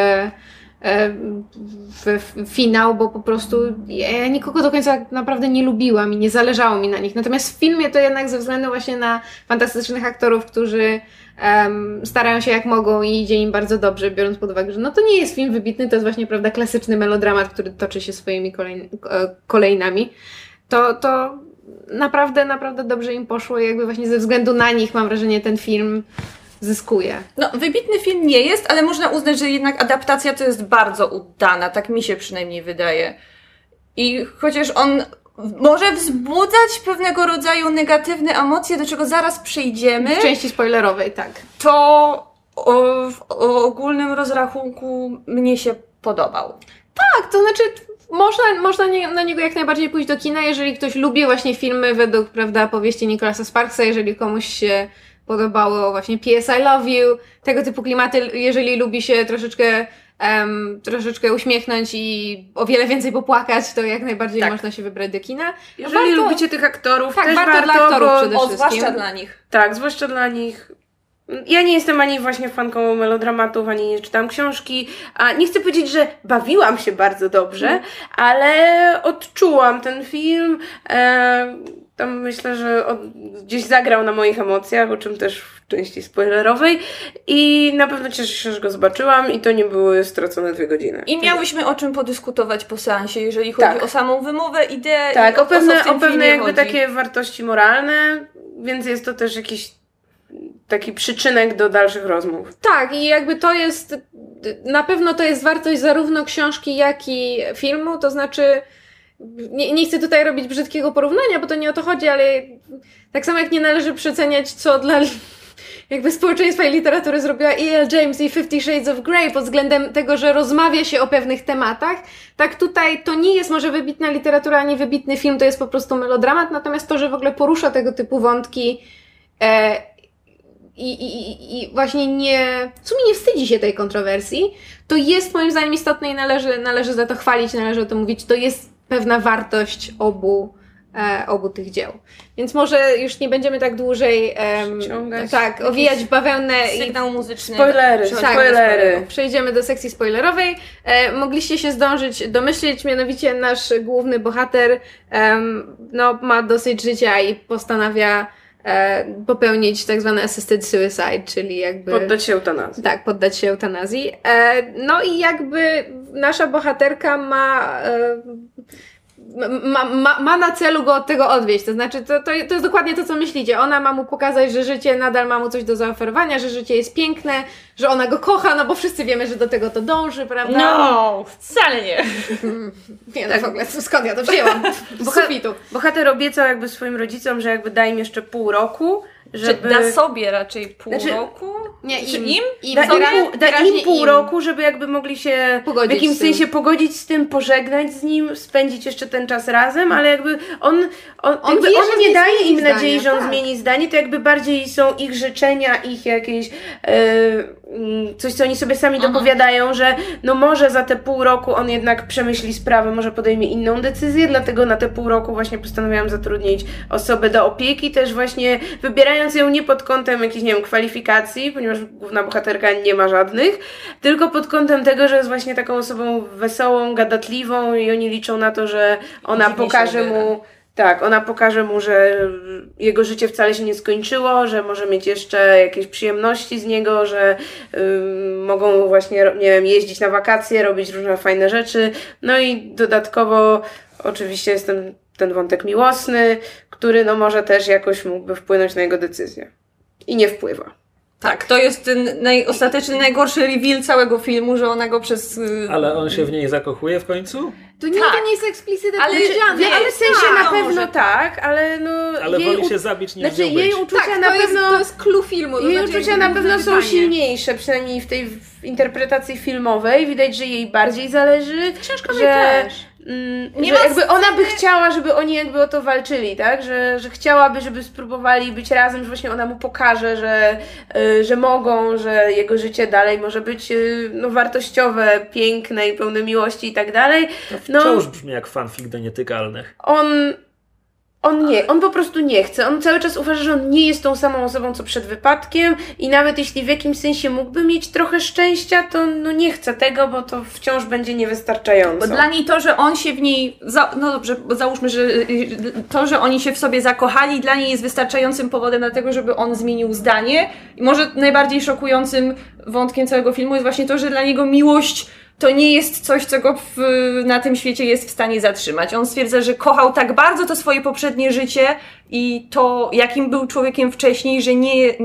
finał, bo po prostu ja nikogo do końca naprawdę nie lubiłam i nie zależało mi na nich. Natomiast w filmie to jednak ze względu właśnie na fantastycznych aktorów, którzy starają się jak mogą i idzie im bardzo dobrze, biorąc pod uwagę, że no to nie jest film wybitny, to jest właśnie, prawda, klasyczny melodramat, który toczy się swoimi kolejnami. To naprawdę dobrze im poszło i jakby właśnie ze względu na nich mam wrażenie ten film zyskuje. No, wybitny film nie jest, ale można uznać, że jednak adaptacja to jest bardzo udana, tak mi się przynajmniej wydaje. I chociaż on może wzbudzać pewnego rodzaju negatywne emocje, do czego zaraz przejdziemy. W części spoilerowej, tak. To w ogólnym rozrachunku mnie się podobał. Tak, to znaczy można na niego jak najbardziej pójść do kina, jeżeli ktoś lubi właśnie filmy według, prawda, powieści Nicholasa Sparksa, jeżeli komuś się podobało właśnie P.S. I Love You, tego typu klimaty, jeżeli lubi się troszeczkę uśmiechnąć i o wiele więcej popłakać, to jak najbardziej można się wybrać do kina. Jeżeli lubicie tych aktorów, tak, też warto dla aktorów przede wszystkim. Zwłaszcza dla nich. Tak, zwłaszcza dla nich. Ja nie jestem ani właśnie fanką melodramatów, ani nie czytam książki, a nie chcę powiedzieć, że bawiłam się bardzo dobrze, ale odczułam ten film. Tam myślę, że gdzieś zagrał na moich emocjach, o czym też w części spoilerowej i na pewno cieszę się, że go zobaczyłam i to nie były stracone 2 godziny. I miałyśmy o czym podyskutować po seansie, jeżeli chodzi o samą wymowę, ideę. Tak, i o pewne jakby chodzi. takie wartości moralne, więc jest to też jakiś taki przyczynek do dalszych rozmów. Tak, i jakby to jest, na pewno to jest wartość zarówno książki, jak i filmu, to znaczy nie chcę tutaj robić brzydkiego porównania, bo to nie o to chodzi, ale tak samo jak nie należy przeceniać, co dla jakby społeczeństwa i literatury zrobiła E.L. James i 50 Shades of Grey pod względem tego, że rozmawia się o pewnych tematach, tak tutaj to nie jest może wybitna literatura, ani wybitny film, to jest po prostu melodramat, natomiast to, że w ogóle porusza tego typu wątki i właśnie w sumie nie wstydzi się tej kontrowersji, to jest moim zdaniem istotne i należy za to chwalić, należy o tym mówić, to jest pewna wartość obu tych dzieł. Więc może już nie będziemy tak dłużej owijać w bawełnę. Sygnał muzyczny. Spoilery. Przejdziemy do sekcji spoilerowej. Mogliście się zdążyć domyśleć, mianowicie nasz główny bohater ma dosyć życia i postanawia popełnić tak zwany assisted suicide, czyli jakby... Poddać się eutanazji. Tak, poddać się eutanazji. No i jakby nasza bohaterka ma na celu go od tego odwieźć, to znaczy to jest dokładnie to, co myślicie. Ona ma mu pokazać, że życie nadal ma mu coś do zaoferowania, że życie jest piękne, że ona go kocha, no bo wszyscy wiemy, że do tego to dąży, prawda? No, wcale nie. Nie, no w ogóle, skąd ja to wzięłam? Z sufitu. Bohater obiecał jakby swoim rodzicom, że jakby da im jeszcze pół roku, żeby... Czy da sobie raczej pół roku? Nie, im? Da im pół roku, żeby jakby mogli się pogodzić w jakimś sensie pogodzić z tym, pożegnać z nim, spędzić jeszcze ten czas razem, ale jakby on nie daje im nadziei, że on zmieni zdanie, to jakby bardziej są ich życzenia, ich jakieś coś, co oni sobie sami dopowiadają, że no może za te pół roku on jednak przemyśli sprawę, może podejmie inną decyzję, dlatego na te pół roku właśnie postanowiłam zatrudnić osobę do opieki, też właśnie wybierając ją nie pod kątem jakichś, nie wiem, kwalifikacji, ponieważ główna bohaterka nie ma żadnych, tylko pod kątem tego, że jest właśnie taką osobą wesołą, gadatliwą i oni liczą na to, że ona pokaże mu... Tak, ona pokaże mu, że jego życie wcale się nie skończyło, że może mieć jeszcze jakieś przyjemności z niego, że mogą właśnie, nie wiem, jeździć na wakacje, robić różne fajne rzeczy. No i dodatkowo oczywiście jest ten wątek miłosny, który no może też jakoś mógłby wpłynąć na jego decyzję. I nie wpływa. Tak, to jest ten ostateczny, najgorszy reveal całego filmu, że ona go przez... Ale on się w niej zakochuje w końcu? To nie jest eksplicytnie powiedziane. Ale w sensie na pewno tak, ale no... Ale woli się zabić niż znaczy, jej uczucia na pewno... To jest clue filmu. Jej uczucia na pewno są silniejsze, przynajmniej w tej interpretacji filmowej. Widać, że jej bardziej zależy. Książkowej też. że jakby ona by chciała, żeby oni jakby o to walczyli, tak? Że chciałaby, żeby spróbowali być razem, że właśnie ona mu pokaże, że mogą, że jego życie dalej może być wartościowe, piękne i pełne miłości i tak dalej. To wciąż brzmi jak fanfic do Nietykalnych. On po prostu nie chce. On cały czas uważa, że on nie jest tą samą osobą, co przed wypadkiem i nawet jeśli w jakimś sensie mógłby mieć trochę szczęścia, to nie chce tego, bo to wciąż będzie niewystarczająco. Bo dla niej to, że on się w niej... No dobrze, załóżmy, że to, że oni się w sobie zakochali, dla niej jest wystarczającym powodem na tego, żeby on zmienił zdanie. I może najbardziej szokującym wątkiem całego filmu jest właśnie to, że dla niego miłość to nie jest coś, co go na tym świecie jest w stanie zatrzymać. On stwierdza, że kochał tak bardzo to swoje poprzednie życie i to, jakim był człowiekiem wcześniej, że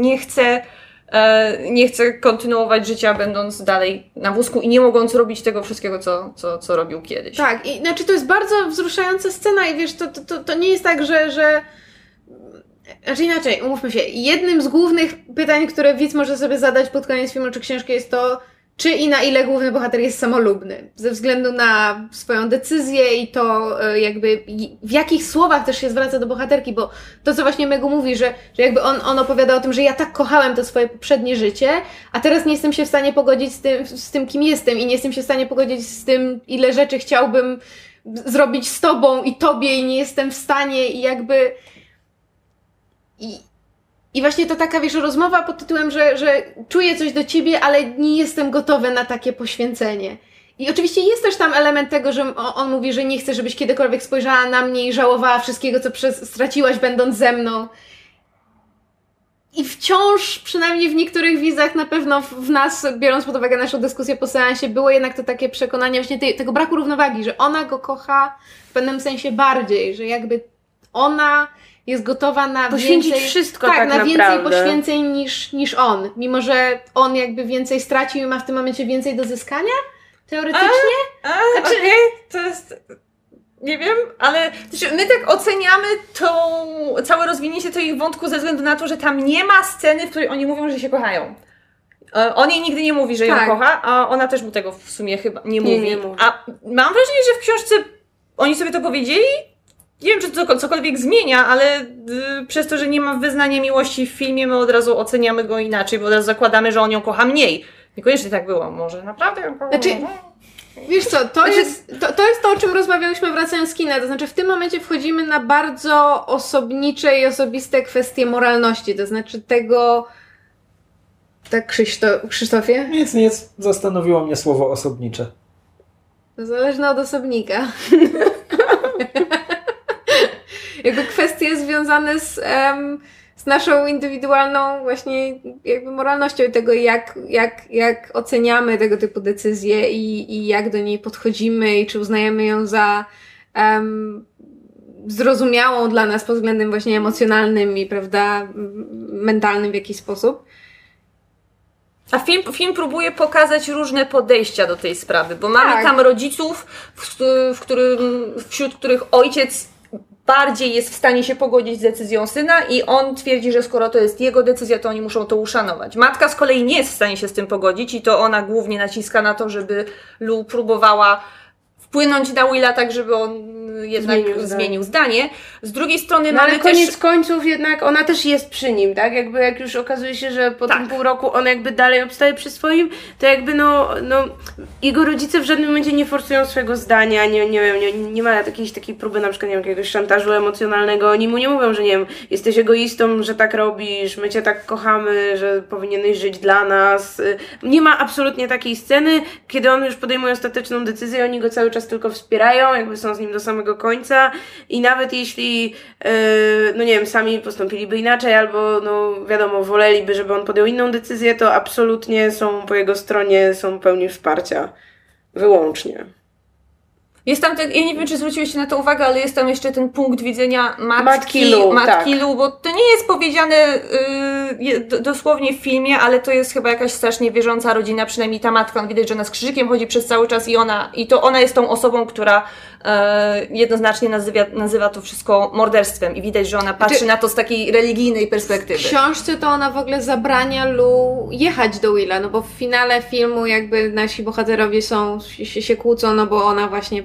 nie chce kontynuować życia, będąc dalej na wózku i nie mogąc robić tego wszystkiego, co robił kiedyś. Tak, i znaczy to jest bardzo wzruszająca scena i wiesz, to nie jest tak, że... Znaczy inaczej, umówmy się, jednym z głównych pytań, które widz może sobie zadać pod koniec filmu czy książki jest to, czy i na ile główny bohater jest samolubny. Ze względu na swoją decyzję i to jakby w jakich słowach też się zwraca do bohaterki, bo to co właśnie Megu mówi, że jakby on opowiada o tym, że ja tak kochałem to swoje poprzednie życie, a teraz nie jestem się w stanie pogodzić z tym kim jestem i nie jestem się w stanie pogodzić z tym, ile rzeczy chciałbym zrobić z tobą i tobie i nie jestem w stanie i jakby... I właśnie to taka, wiesz, rozmowa pod tytułem, że czuję coś do ciebie, ale nie jestem gotowy na takie poświęcenie. I oczywiście jest też tam element tego, że on mówi, że nie chce, żebyś kiedykolwiek spojrzała na mnie i żałowała wszystkiego, co straciłaś będąc ze mną. I wciąż, przynajmniej w niektórych widzach, na pewno w nas, biorąc pod uwagę naszą dyskusję po seansie, było jednak to takie przekonanie właśnie tego braku równowagi, że ona go kocha w pewnym sensie bardziej, że jakby ona... jest gotowa na poświęcić więcej, wszystko tak na naprawdę. więcej poświęceń niż on. Mimo, że on jakby więcej stracił i ma w tym momencie więcej do zyskania? Teoretycznie? To jest... Nie wiem, ale my tak oceniamy całe rozwinięcie tego ich wątku ze względu na to, że tam nie ma sceny, w której oni mówią, że się kochają. On jej nigdy nie mówi, że ją kocha, a ona też mu tego w sumie chyba nie mówi. Nie mówi. A mam wrażenie, że w książce oni sobie to powiedzieli. Nie wiem, czy to cokolwiek zmienia, ale przez to, że nie ma wyznania miłości w filmie, my od razu oceniamy go inaczej, bo od razu zakładamy, że on ją kocha mniej. Niekoniecznie tak było. Może naprawdę ją kocha. Znaczy, wiesz co, to jest to, o czym rozmawiałyśmy wracając z kina. To znaczy w tym momencie wchodzimy na bardzo osobnicze i osobiste kwestie moralności. To znaczy tego... Tak, Krzysztofie? Nic. Zastanowiło mnie słowo osobnicze. To zależne od osobnika. Jakby kwestie związane z naszą indywidualną właśnie jakby moralnością i tego, jak oceniamy tego typu decyzje i jak do niej podchodzimy i czy uznajemy ją za zrozumiałą dla nas pod względem właśnie emocjonalnym i, prawda, mentalnym w jakiś sposób. A film próbuje pokazać różne podejścia do tej sprawy, bo mamy tam rodziców, wśród których ojciec bardziej jest w stanie się pogodzić z decyzją syna i on twierdzi, że skoro to jest jego decyzja, to oni muszą to uszanować. Matka z kolei nie jest w stanie się z tym pogodzić i to ona głównie naciska na to, żeby Lu próbowała wpłynąć na Willa tak, żeby on jednak zmienił zdanie. Z drugiej strony mamy ale koniec końców jednak ona też jest przy nim, tak? Jakby jak już okazuje się, że po tym pół roku on jakby dalej obstaje przy swoim, to jakby jego rodzice w żadnym momencie nie forsują swojego zdania, nie ma jakiejś takiej próby na przykład, nie wiem, jakiegoś szantażu emocjonalnego. Oni mu nie mówią, że nie wiem, jesteś egoistą, że tak robisz, my cię tak kochamy, że powinieneś żyć dla nas. Nie ma absolutnie takiej sceny, kiedy on już podejmuje ostateczną decyzję, oni go cały czas tylko wspierają, jakby są z nim do samego końca i nawet jeśli nie wiem, sami postąpiliby inaczej albo wiadomo, woleliby, żeby on podjął inną decyzję, to absolutnie są po jego stronie, są pełni wsparcia. Wyłącznie. Jest tam ja nie wiem, czy zwróciłeś na to uwagę, ale jest tam jeszcze ten punkt widzenia matki Lu, bo to nie jest powiedziane dosłownie w filmie, ale to jest chyba jakaś strasznie wierząca rodzina, przynajmniej ta matka, on widać, że ona z krzyżykiem chodzi przez cały czas i to ona jest tą osobą, która jednoznacznie nazywa to wszystko morderstwem i widać, że ona patrzy na to z takiej religijnej perspektywy. W książce to ona w ogóle zabrania Lu jechać do Willa, bo w finale filmu jakby nasi bohaterowie się kłócą, bo ona właśnie,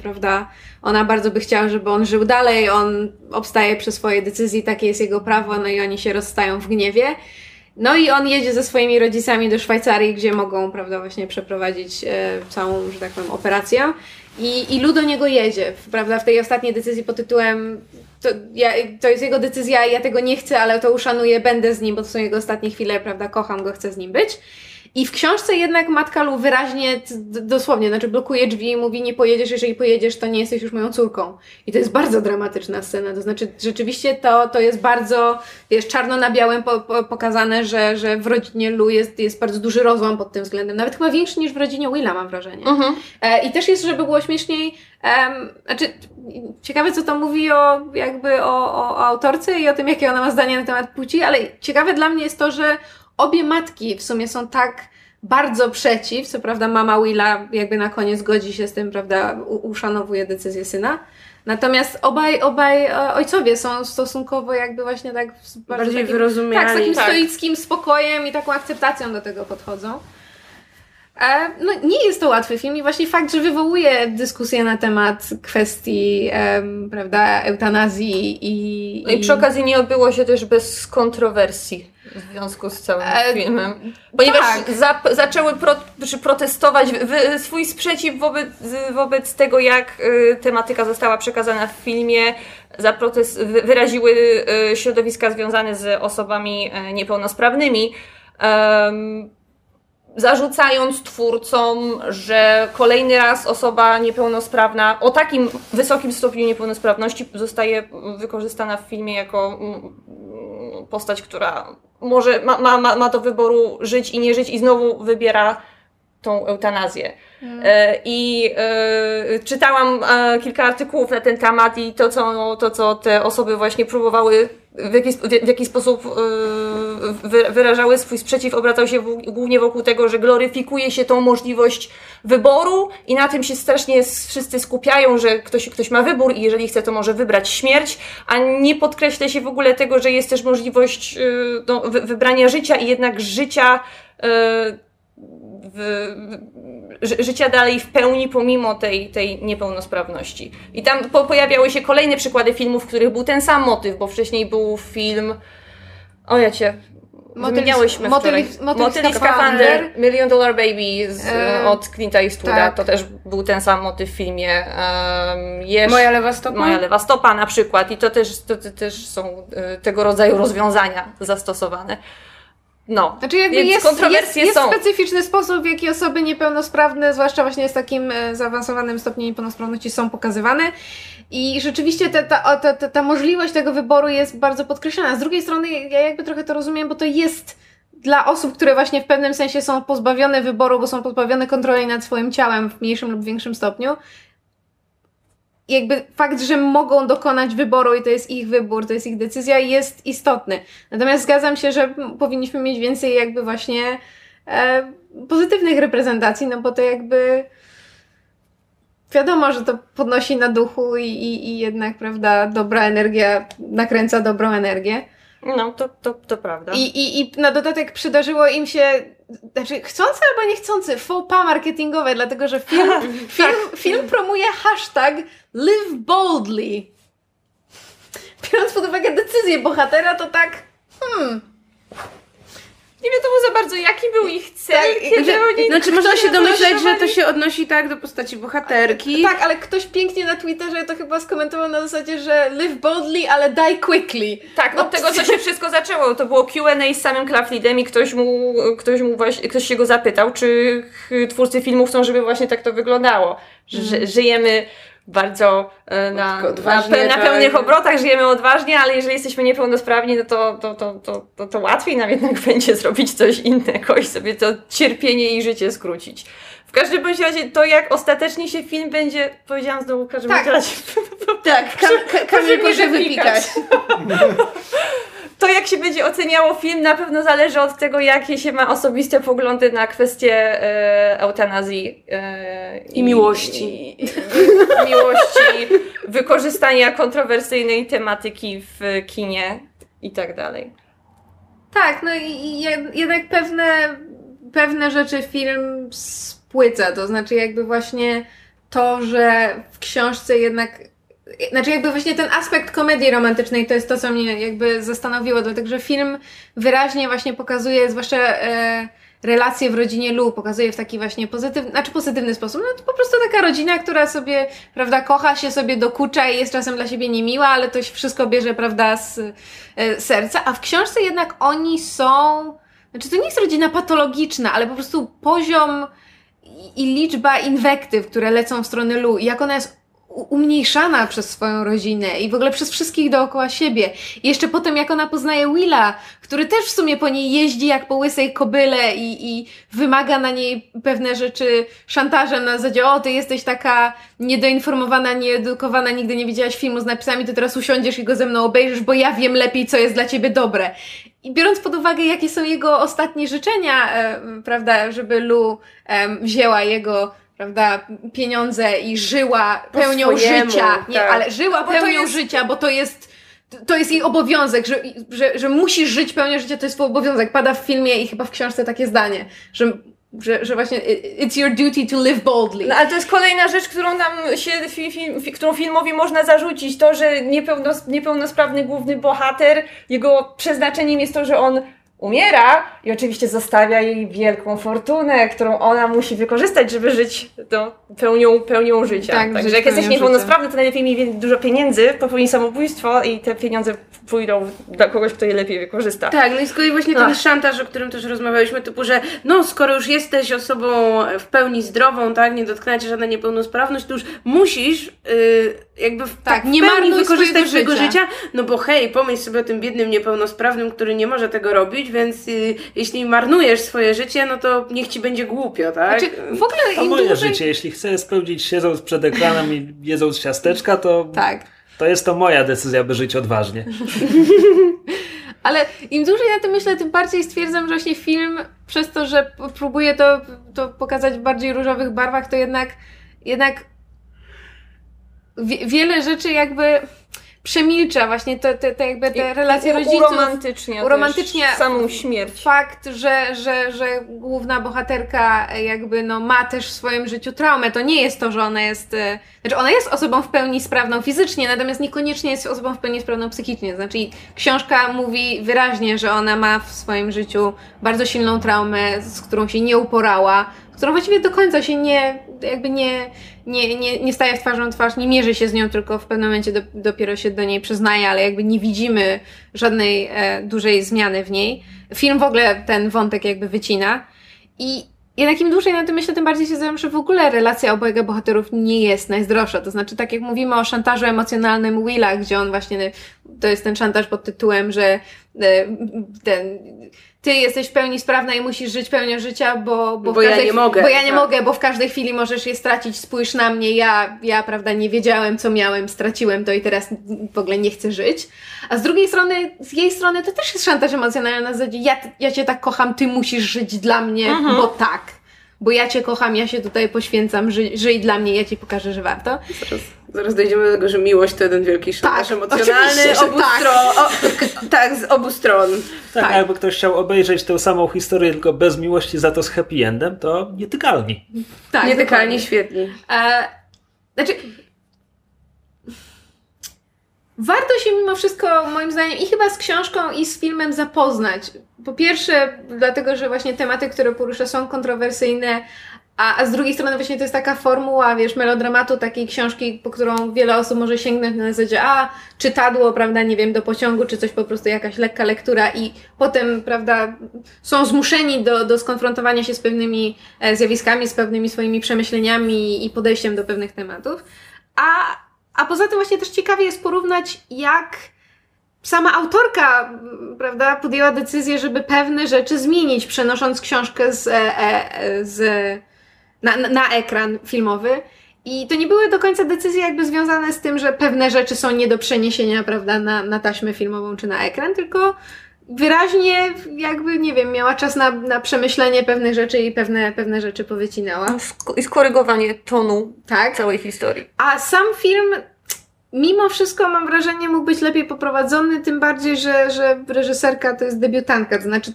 prawda, ona bardzo by chciała, żeby on żył dalej, on obstaje przy swojej decyzji, takie jest jego prawo, no i oni się rozstają w gniewie. No i on jedzie ze swoimi rodzicami do Szwajcarii, gdzie mogą, prawda, właśnie przeprowadzić całą, że tak powiem, operację. I Lu do niego jedzie, prawda, w tej ostatniej decyzji pod tytułem to jest jego decyzja, ja tego nie chcę, ale to uszanuję, będę z nim, bo to są jego ostatnie chwile, prawda, kocham go, chcę z nim być. I w książce jednak matka Lu wyraźnie, dosłownie, znaczy blokuje drzwi i mówi, nie pojedziesz, jeżeli pojedziesz, to nie jesteś już moją córką. I to jest bardzo dramatyczna scena, to znaczy rzeczywiście to jest bardzo, wiesz, czarno na białym pokazane, że w rodzinie Lu jest bardzo duży rozłam pod tym względem, nawet chyba większy niż w rodzinie Willa, mam wrażenie. I też jest, żeby było śmieszniej, znaczy ciekawe, co to mówi o autorce i o tym, jakie ona ma zdanie na temat płci, ale ciekawe dla mnie jest to, że obie matki w sumie są tak bardzo przeciw, co prawda mama Willa jakby na koniec godzi się z tym, prawda, uszanowuje decyzję syna. Natomiast obaj ojcowie są stosunkowo jakby właśnie tak bardziej wyrozumiali. Tak, z takim stoickim spokojem i taką akceptacją do tego podchodzą. No, nie jest to łatwy film i właśnie fakt, że wywołuje dyskusję na temat kwestii, prawda, eutanazji i przy okazji nie odbyło się też bez kontrowersji w związku z całym filmem. Ponieważ zaczęły protestować swój sprzeciw wobec tego, jak tematyka została przekazana w filmie. Wyraziły środowiska związane z osobami niepełnosprawnymi. Zarzucając twórcom, że kolejny raz osoba niepełnosprawna o takim wysokim stopniu niepełnosprawności zostaje wykorzystana w filmie jako postać, która może ma do wyboru żyć i nie żyć i znowu wybiera tą eutanazję. Czytałam kilka artykułów na ten temat i to, co te osoby właśnie próbowały w jaki sposób wyrażały swój sprzeciw, obracał się głównie wokół tego, że gloryfikuje się tą możliwość wyboru i na tym się strasznie wszyscy skupiają, że ktoś ma wybór i jeżeli chce, to może wybrać śmierć, a nie podkreśla się w ogóle tego, że jest też możliwość wybrania życia i jednak życia życia dalej w pełni pomimo tej niepełnosprawności. I tam pojawiały się kolejne przykłady filmów, w których był ten sam motyw, bo wcześniej był film wymieniałyśmy wczoraj. Motyl i Skafander, $1 Million Baby od Clint'a Eastwooda. Tak. To też był ten sam motyw w filmie. Moja lewa stopa? Moja lewa stopa na przykład. I to też są tego rodzaju rozwiązania zastosowane. No, znaczy jakby jest specyficzny sposób, w jaki osoby niepełnosprawne, zwłaszcza właśnie z takim zaawansowanym stopniem niepełnosprawności, są pokazywane i rzeczywiście ta możliwość tego wyboru jest bardzo podkreślana. Z drugiej strony ja jakby trochę to rozumiem, bo to jest dla osób, które właśnie w pewnym sensie są pozbawione wyboru, bo są pozbawione kontroli nad swoim ciałem w mniejszym lub większym stopniu. Jakby fakt, że mogą dokonać wyboru i to jest ich wybór, to jest ich decyzja, jest istotny. Natomiast zgadzam się, że powinniśmy mieć więcej jakby właśnie pozytywnych reprezentacji, no bo to jakby wiadomo, że to podnosi na duchu i jednak, prawda, dobra energia nakręca dobrą energię. No, to prawda. I na dodatek przydarzyło im się, znaczy chcący albo niechcący, faux pas marketingowe, dlatego że film promuje hashtag Live Boldly. Biorąc pod uwagę decyzję bohatera, to tak nie wiadomo za bardzo, jaki był ich cel. Znaczy można się domyśleć, że to się odnosi tak do postaci bohaterki. Tak, ale ktoś pięknie na Twitterze to chyba skomentował na zasadzie, że live boldly, ale die quickly. Tak, od tego, co się wszystko zaczęło. To było Q&A z samym Claflidem i ktoś się go zapytał, czy twórcy filmu chcą, żeby właśnie tak to wyglądało. Że żyjemy bardzo na pełnych obrotach, żyjemy odważnie, ale jeżeli jesteśmy niepełnosprawni, no to łatwiej nam jednak będzie zrobić coś innego i sobie to cierpienie i życie skrócić. W każdym bądź razie to, jak ostatecznie się film będzie, powiedziałam znowu, w każdym razie. Tak, Kamil może wypikać. To, jak się będzie oceniało film, na pewno zależy od tego, jakie się ma osobiste poglądy na kwestie eutanazji i miłości. Miłości, wykorzystania kontrowersyjnej tematyki w kinie i tak dalej. Tak, no i jednak pewne rzeczy film spłyca, to znaczy jakby właśnie to, że w książce jednak... Znaczy jakby właśnie ten aspekt komedii romantycznej to jest to, co mnie jakby zastanowiło, dlatego że film wyraźnie właśnie pokazuje, zwłaszcza relacje w rodzinie Lou, pokazuje w taki właśnie pozytywny sposób. No to po prostu taka rodzina, która sobie, prawda, kocha się, sobie dokucza i jest czasem dla siebie niemiła, ale to wszystko bierze, prawda, z serca. A w książce jednak oni są... Znaczy to nie jest rodzina patologiczna, ale po prostu poziom i liczba inwektyw, które lecą w stronę Lou i jak ona jest umniejszana przez swoją rodzinę i w ogóle przez wszystkich dookoła siebie. I jeszcze potem jak ona poznaje Willa, który też w sumie po niej jeździ jak po łysej kobyle i wymaga na niej pewne rzeczy szantażem na zasadzie, o, ty jesteś taka niedoinformowana, nieedukowana, nigdy nie widziałaś filmu z napisami, to teraz usiądziesz i go ze mną obejrzysz, bo ja wiem lepiej, co jest dla ciebie dobre. I biorąc pod uwagę, jakie są jego ostatnie życzenia, prawda, żeby Lou wzięła jego, prawda, pieniądze i żyła pełnią życia. Nie, tak. Ale żyła pełnią życia, bo to jest jej obowiązek, że musisz żyć pełnią życia, to jest twój obowiązek. Pada w filmie i chyba w książce takie zdanie, że właśnie it's your duty to live boldly. No, ale to jest kolejna rzecz, którą nam którą filmowi można zarzucić, to, że niepełnosprawny główny bohater, jego przeznaczeniem jest to, że on umiera i oczywiście zostawia jej wielką fortunę, którą ona musi wykorzystać, żeby żyć pełnią życia. Tak, także jak jesteś niepełnosprawny, to najlepiej mieć dużo pieniędzy, popełnij samobójstwo i te pieniądze pójdą dla kogoś, kto je lepiej wykorzysta. Tak, no i z kolei właśnie ten szantaż, o którym też rozmawialiśmy, typu, że no skoro już jesteś osobą w pełni zdrową, tak, nie dotknęła cię żadna niepełnosprawność, to już musisz jakby nie pełni wykorzystać swojego życia, no bo hej, pomyśl sobie o tym biednym niepełnosprawnym, który nie może tego robić, więc jeśli marnujesz swoje życie, no to niech ci będzie głupio, tak? Znaczy, w ogóle to moje życie, jeśli chcę spełnić siedząc przed ekranem i jedząc ciasteczka, to to jest to moja decyzja, by żyć odważnie. Ale im dłużej na tym myślę, tym bardziej stwierdzam, że właśnie film przez to, że próbuje to pokazać w bardziej różowych barwach, to jednak wiele rzeczy jakby przemilcza właśnie te relacje rodziców. Uromantycznia samą śmierć. Fakt, że główna bohaterka jakby ma też w swoim życiu traumę. To nie jest to, że ona jest... Znaczy ona jest osobą w pełni sprawną fizycznie, natomiast niekoniecznie jest osobą w pełni sprawną psychicznie. Znaczy książka mówi wyraźnie, że ona ma w swoim życiu bardzo silną traumę, z którą się nie uporała, którą właściwie do końca się nie staje w twarzą twarz, nie mierzy się z nią, tylko w pewnym momencie dopiero się do niej przyznaje, ale jakby nie widzimy żadnej dużej zmiany w niej. Film w ogóle ten wątek jakby wycina i jednak im dłużej na tym myślę, tym bardziej się zdaje, że w ogóle relacja obojga bohaterów nie jest najzdrowsza. To znaczy, tak jak mówimy o szantażu emocjonalnym Willa, gdzie on właśnie, to jest ten szantaż pod tytułem, że ty jesteś w pełni sprawna i musisz żyć pełnią życia, bo ja nie mogę. Bo ja nie mogę, bo w każdej chwili możesz je stracić, spójrz na mnie, ja prawda, nie wiedziałem, co miałem, straciłem to i teraz w ogóle nie chcę żyć. A z drugiej strony, z jej strony to też jest szantaż emocjonalny na zasadzie, ja cię tak kocham, ty musisz żyć dla mnie, bo tak. Bo ja cię kocham, ja się tutaj poświęcam, żyj dla mnie, ja ci pokażę, że warto. Zaraz dojdziemy do tego, że miłość to jeden wielki szantaż emocjonalny z obu stron. Tak, jakby ktoś chciał obejrzeć tę samą historię, tylko bez miłości, za to z happy endem, to Nietykalni. Tak, Nietykalni, świetni. Znaczy... Warto się mimo wszystko, moim zdaniem, i chyba z książką, i z filmem zapoznać. Po pierwsze, dlatego, że właśnie tematy, które porusza, są kontrowersyjne, a z drugiej strony właśnie to jest taka formuła, melodramatu, takiej książki, po którą wiele osób może sięgnąć na zasadzie, czytadło, prawda, nie wiem, do pociągu, czy coś po prostu, jakaś lekka lektura i potem, prawda, są zmuszeni do skonfrontowania się z pewnymi zjawiskami, z pewnymi swoimi przemyśleniami i podejściem do pewnych tematów. A poza tym właśnie też ciekawie jest porównać, jak sama autorka, prawda, podjęła decyzję, żeby pewne rzeczy zmienić, przenosząc książkę na ekran filmowy. I to nie były do końca decyzje jakby związane z tym, że pewne rzeczy są nie do przeniesienia, prawda, na taśmę filmową czy na ekran, tylko wyraźnie jakby, nie wiem, miała czas na przemyślenie pewnych rzeczy i pewne rzeczy powycinała. I skorygowanie tonu całej historii. A sam film mimo wszystko mam wrażenie mógł być lepiej poprowadzony, tym bardziej, że reżyserka to jest debiutantka, to znaczy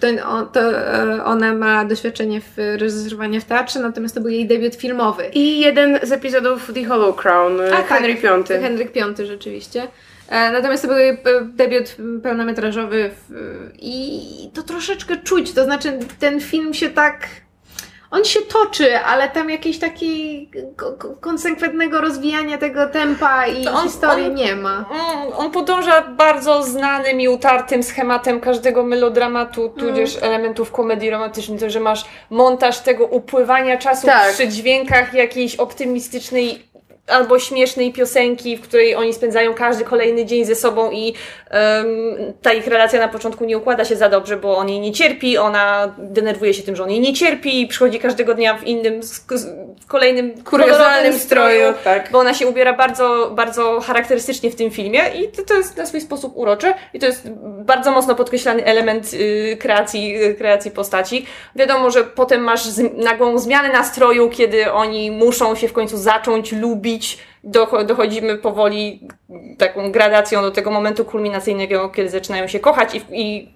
ona ma doświadczenie w reżyserowaniu w teatrze, natomiast to był jej debiut filmowy. I jeden z epizodów The Hollow Crown, Henryk V. Henryk V rzeczywiście. Natomiast to był jej debiut pełnometrażowy i to troszeczkę czuć, to znaczy ten film się tak... On się toczy, ale tam jakiegoś takiego konsekwentnego rozwijania tego tempa i historii nie ma. On podąża bardzo znanym i utartym schematem każdego melodramatu, tudzież elementów komedii romantycznej, to, że masz montaż tego upływania czasu przy dźwiękach jakiejś optymistycznej albo śmiesznej piosenki, w której oni spędzają każdy kolejny dzień ze sobą i ta ich relacja na początku nie układa się za dobrze, bo on jej nie cierpi, ona denerwuje się tym, że on jej nie cierpi i przychodzi każdego dnia w innym, kolejnym kuriozalnym stroju, bo ona się ubiera bardzo, bardzo charakterystycznie w tym filmie i to jest na swój sposób urocze i to jest bardzo mocno podkreślany element kreacji postaci. Wiadomo, że potem masz nagłą zmianę nastroju, kiedy oni muszą się w końcu zacząć lubić. Dochodzimy powoli taką gradacją do tego momentu kulminacyjnego, kiedy zaczynają się kochać i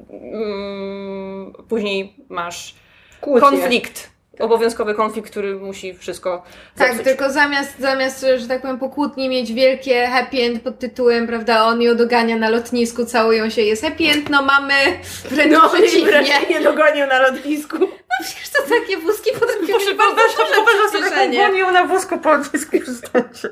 później masz konflikt. Obowiązkowy konflikt, który musi wszystko zepsuć. Tak, tylko zamiast, że tak powiem, po kłótni mieć wielkie happy end pod tytułem, prawda, on ją dogania na lotnisku, całują się, jest happy end, mamy wręcz przeciwnie. Nie dogonią na lotnisku. No przecież to takie wózki potrafią mieć bardzo duże przyspieszenie. Gonią na wózku po lotnisku przystańcie.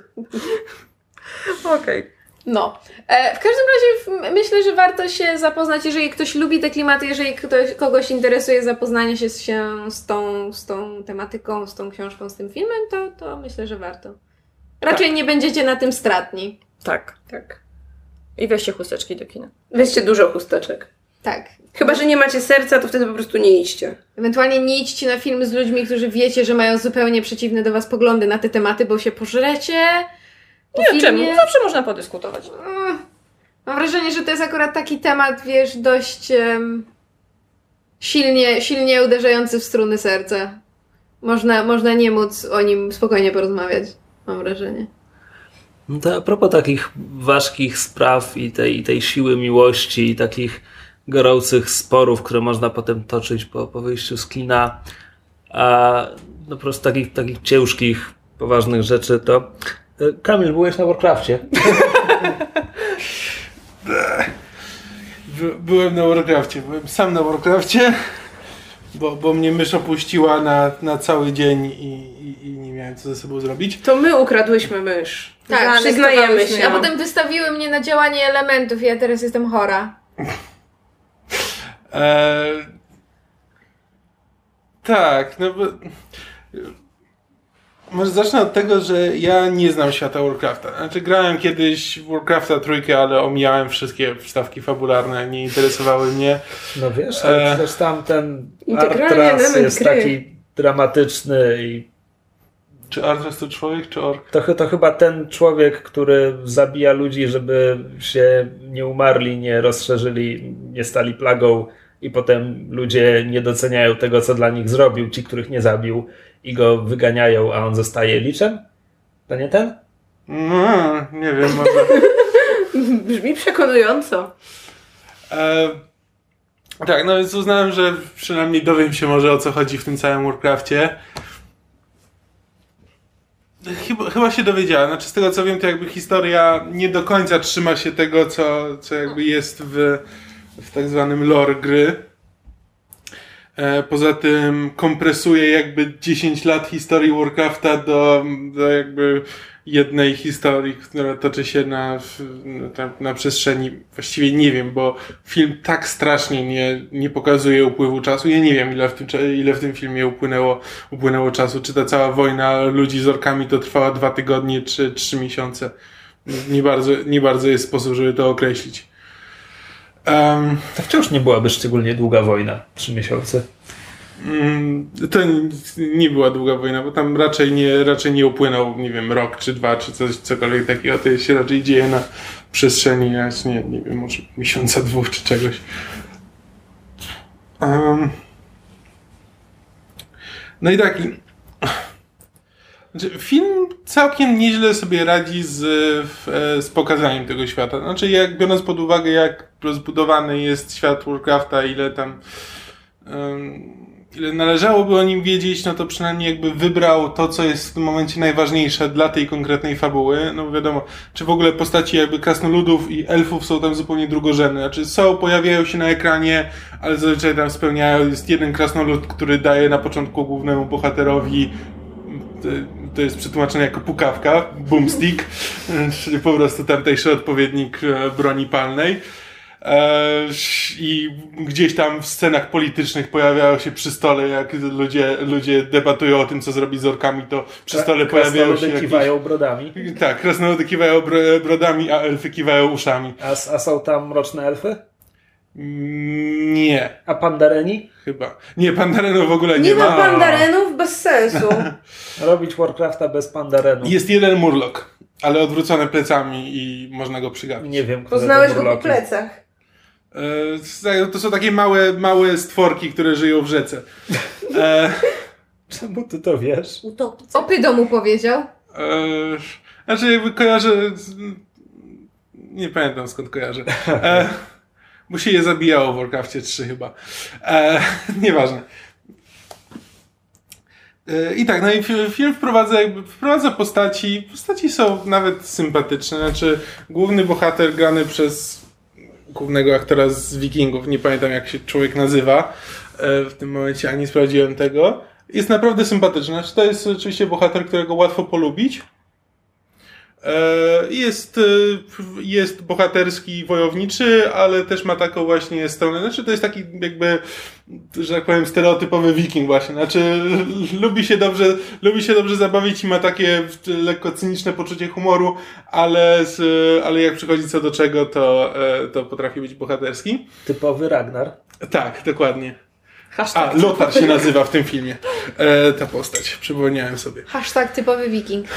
Okej. No. W każdym razie myślę, że warto się zapoznać, jeżeli ktoś lubi te klimaty, jeżeli kogoś interesuje zapoznanie się z tą tematyką, z tą książką, z tym filmem, to myślę, że warto. Raczej nie będziecie na tym stratni. Tak. I weźcie chusteczki do kina. Weźcie dużo chusteczek. Tak. Chyba że nie macie serca, to wtedy po prostu nie idźcie. Ewentualnie nie idźcie na filmy z ludźmi, którzy wiecie, że mają zupełnie przeciwne do was poglądy na te tematy, bo się pożrecie. Nie, czemu? Zawsze można podyskutować. Mam wrażenie, że to jest akurat taki temat, wiesz, dość silnie uderzający w struny serca. Można nie móc o nim spokojnie porozmawiać, mam wrażenie. To a propos takich ważkich spraw i tej siły miłości i takich gorących sporów, które można potem toczyć po wyjściu z kina, a no po prostu takich ciężkich, poważnych rzeczy, to Kamil, byłeś na Warcrafcie. Byłem na Warcrafcie. Byłem sam na Warcrafcie, bo mnie mysz opuściła na cały dzień i nie miałem co ze sobą zrobić. To my ukradłyśmy mysz. Tak, przyznajemy się. A potem wystawiły mnie na działanie elementów i ja teraz jestem chora. Tak, no bo... Może zacznę od tego, że ja nie znam świata Warcrafta. Znaczy grałem kiedyś w Warcrafta 3, ale omijałem wszystkie wstawki fabularne, nie interesowały mnie. No wiesz, też tam ten Arthras jest taki dramatyczny i... Czy Arthras to człowiek, czy ork? To chyba ten człowiek, który zabija ludzi, żeby się nie umarli, nie rozszerzyli, nie stali plagą i potem ludzie nie doceniają tego, co dla nich zrobił, ci, których nie zabił i go wyganiają, a on zostaje liczem? To nie ten? No, nie wiem, może... Brzmi przekonująco. Tak, no więc uznałem, że przynajmniej dowiem się może, o co chodzi w tym całym Warcrafcie. Chyba się dowiedziałem. Znaczy z tego co wiem, to jakby historia nie do końca trzyma się tego, co jakby jest w tak zwanym lore gry. Poza tym kompresuje jakby 10 lat historii Warcrafta do jakby jednej historii, która toczy się na przestrzeni, właściwie nie wiem, bo film tak strasznie nie pokazuje upływu czasu. Ja nie wiem, ile w tym filmie upłynęło czasu. Czy ta cała wojna ludzi z orkami to trwała 2 tygodnie, czy 3 miesiące. Nie bardzo jest sposób, żeby to określić. To wciąż nie byłaby szczególnie długa wojna, 3 miesiące. To nie była długa wojna, bo tam raczej nie upłynął, nie wiem, rok czy 2, czy cokolwiek takiego. To się raczej dzieje na przestrzeni, nie wiem, może miesiąca, 2 czy czegoś. No i tak, Znaczy, film całkiem nieźle sobie radzi z pokazaniem tego świata. Znaczy, jak biorąc pod uwagę, jak rozbudowany jest świat Warcrafta, ile należałoby o nim wiedzieć, no to przynajmniej jakby wybrał to, co jest w tym momencie najważniejsze dla tej konkretnej fabuły. No wiadomo, czy w ogóle postaci jakby krasnoludów i elfów są tam zupełnie drugorzędne. Znaczy pojawiają się na ekranie, ale zazwyczaj tam spełniają, jest jeden krasnolud, który daje na początku głównemu bohaterowi, to jest przetłumaczone jako pukawka, boomstick, czyli po prostu tamtejszy odpowiednik broni palnej. I gdzieś tam w scenach politycznych pojawiają się przy stole, jak ludzie debatują o tym, co zrobić z orkami, to przy stole pojawiają się krasnoludy kiwają brodami. Tak, krasnoludy kiwają brodami, a elfy kiwają uszami. A są tam mroczne elfy? Nie. A pandareni? Chyba. Nie, pandarenów w ogóle nie ma. Nie ma pandarenów bez sensu. Robić Warcrafta bez pandarenów. Jest jeden murloc, ale odwrócony plecami i można go przygapić. Nie wiem, poznałeś go po plecach. To są takie małe stworki, które żyją w rzece. Czemu ty to wiesz? Opydo mu powiedział. Znaczy jakby kojarzę... Nie pamiętam skąd kojarzę. Bo się je zabijało w Warcraftie 3 chyba. Nieważne. I tak, no i film wprowadza postaci. Postaci są nawet sympatyczne. Znaczy główny bohater grany przez głównego aktora z Wikingów, nie pamiętam jak się człowiek nazywa w tym momencie, ani sprawdziłem tego. Jest naprawdę sympatyczny. Znaczy, to jest oczywiście bohater, którego łatwo polubić. Jest bohaterski, wojowniczy, ale też ma taką właśnie stronę. Znaczy to jest taki jakby, że tak powiem, stereotypowy wiking właśnie. Znaczy lubi się dobrze zabawić i ma takie lekko cyniczne poczucie humoru, ale jak przychodzi co do czego, to potrafi być bohaterski. Typowy Ragnar. Tak, dokładnie. Lothar się nazywa w tym filmie. Ta postać. Przypomniałem sobie. Hashtag typowy wiking.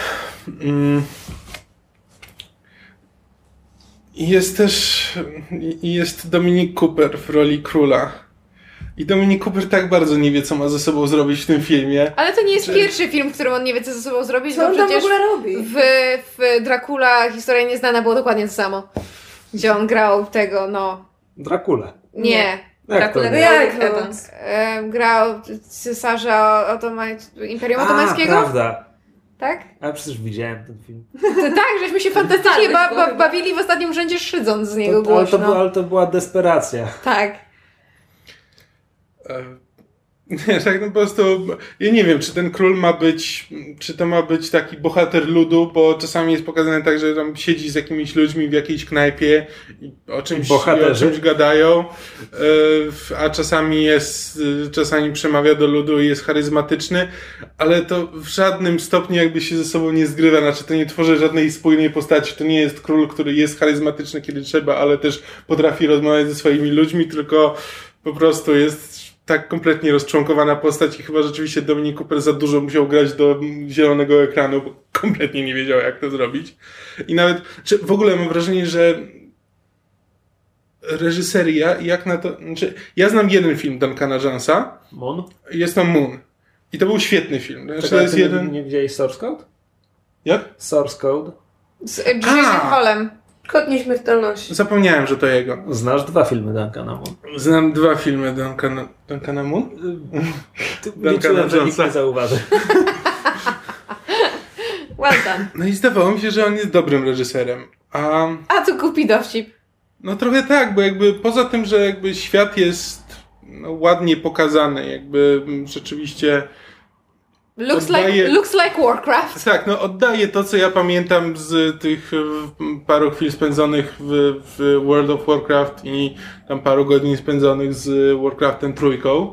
Jest Dominic Cooper w roli króla. I Dominic Cooper tak bardzo nie wie, co ma ze sobą zrobić w tym filmie. Ale to nie jest pierwszy film, w którym on nie wie, co ze sobą zrobić. Co on tam w ogóle robi? W Dracula Historia Nieznana było dokładnie to samo. Gdzie on grał tego, Dracula. Nie. Dracula Evans. Grał cesarza Imperium Otomańskiego. Prawda. Tak? A przecież widziałem ten film. Tak, żeśmy się fantastycznie bawili w ostatnim rzędzie, szydząc z niego głośno. Ale to była desperacja. Tak. Tak, no po prostu ja nie wiem, czy ten król czy to ma być taki bohater ludu, bo czasami jest pokazane tak, że tam siedzi z jakimiś ludźmi w jakiejś knajpie i o czymś gadają, a czasami przemawia do ludu i jest charyzmatyczny, ale to w żadnym stopniu jakby się ze sobą nie zgrywa, znaczy to nie tworzy żadnej spójnej postaci, to nie jest król, który jest charyzmatyczny kiedy trzeba, ale też potrafi rozmawiać ze swoimi ludźmi, tylko po prostu jest tak kompletnie rozczłonkowana postać i chyba rzeczywiście Dominic Cooper za dużo musiał grać do zielonego ekranu, bo kompletnie nie wiedział, jak to zrobić. I nawet, w ogóle mam wrażenie, że reżyseria, jak na to... Znaczy, ja znam jeden film Duncana Jonesa. Moon? Jest to Moon. I to był świetny film. Znaczy, to jest nie widziałeś Source Code? Jak? Source Code? Z Gyllenhaalem. Kod Nieśmiertelności. Zapomniałem, że to jego. Znasz 2 filmy Duncana Moon? Znam 2 filmy Duncana Moon? Duncana Jonesa. Nikt nie zauważy. Well done. No i zdawało mi się, że on jest dobrym reżyserem. A tu kupi dowcip. No trochę tak, bo jakby poza tym, że jakby świat jest ładnie pokazany, jakby rzeczywiście Looks like Warcraft. Tak, oddaje to, co ja pamiętam z tych paru chwil spędzonych w World of Warcraft i tam paru godzin spędzonych z Warcraftem 3.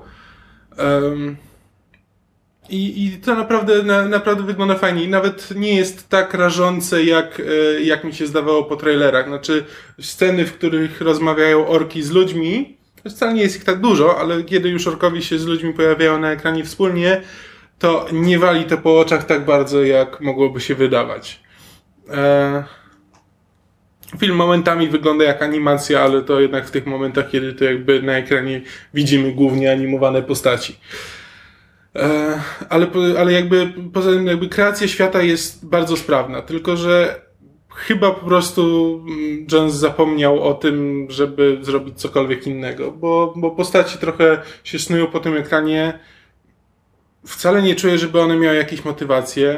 I to naprawdę wygląda fajnie i nawet nie jest tak rażące, jak mi się zdawało po trailerach. Znaczy sceny, w których rozmawiają orki z ludźmi, to wcale nie jest ich tak dużo, ale kiedy już orkowie się z ludźmi pojawiają na ekranie wspólnie, to nie wali to po oczach tak bardzo, jak mogłoby się wydawać. Film momentami wygląda jak animacja, ale to jednak w tych momentach, kiedy to jakby na ekranie widzimy głównie animowane postaci. Ale jakby poza tym jakby kreacja świata jest bardzo sprawna, tylko że chyba po prostu Jones zapomniał o tym, żeby zrobić cokolwiek innego, bo postaci trochę się snują po tym ekranie. Wcale nie czuję, żeby one miały jakieś motywacje.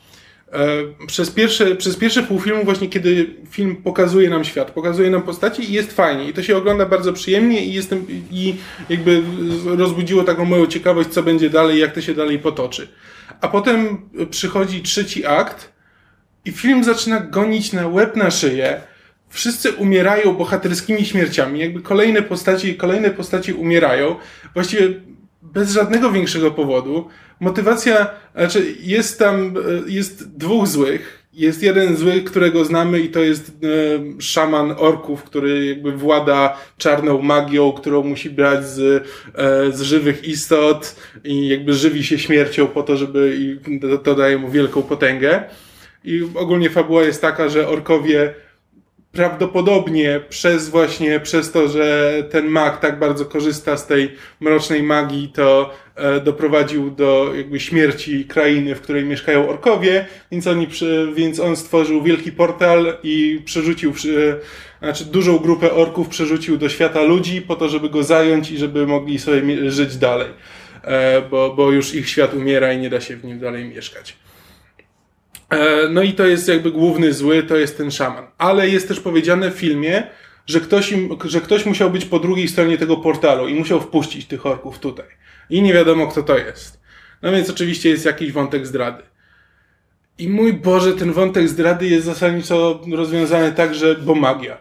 Przez pierwsze pół filmu właśnie, kiedy film pokazuje nam świat, pokazuje nam postaci i jest fajnie. I to się ogląda bardzo przyjemnie i jakby rozbudziło taką moją ciekawość, co będzie dalej, jak to się dalej potoczy. A potem przychodzi trzeci akt i film zaczyna gonić na łeb na szyję. Wszyscy umierają bohaterskimi śmierciami. Jakby kolejne postaci umierają. Właściwie bez żadnego większego powodu. Motywacja, znaczy jest dwóch złych. Jest jeden zły, którego znamy i to jest szaman orków, który jakby włada czarną magią, którą musi brać z żywych istot i jakby żywi się śmiercią po to, żeby i to daje mu wielką potęgę. I ogólnie fabuła jest taka, że orkowie prawdopodobnie przez to, że ten mag tak bardzo korzysta z tej mrocznej magii, to doprowadził do jakby śmierci krainy, w której mieszkają orkowie, więc on stworzył wielki portal i dużą grupę orków przerzucił do świata ludzi po to, żeby go zająć i żeby mogli sobie żyć dalej, bo już ich świat umiera i nie da się w nim dalej mieszkać. No i to jest jakby główny zły, to jest ten szaman. Ale jest też powiedziane w filmie, że ktoś musiał być po drugiej stronie tego portalu i musiał wpuścić tych orków tutaj. I nie wiadomo, kto to jest. No więc oczywiście jest jakiś wątek zdrady. I mój Boże, ten wątek zdrady jest zasadniczo rozwiązany tak, że bo magia.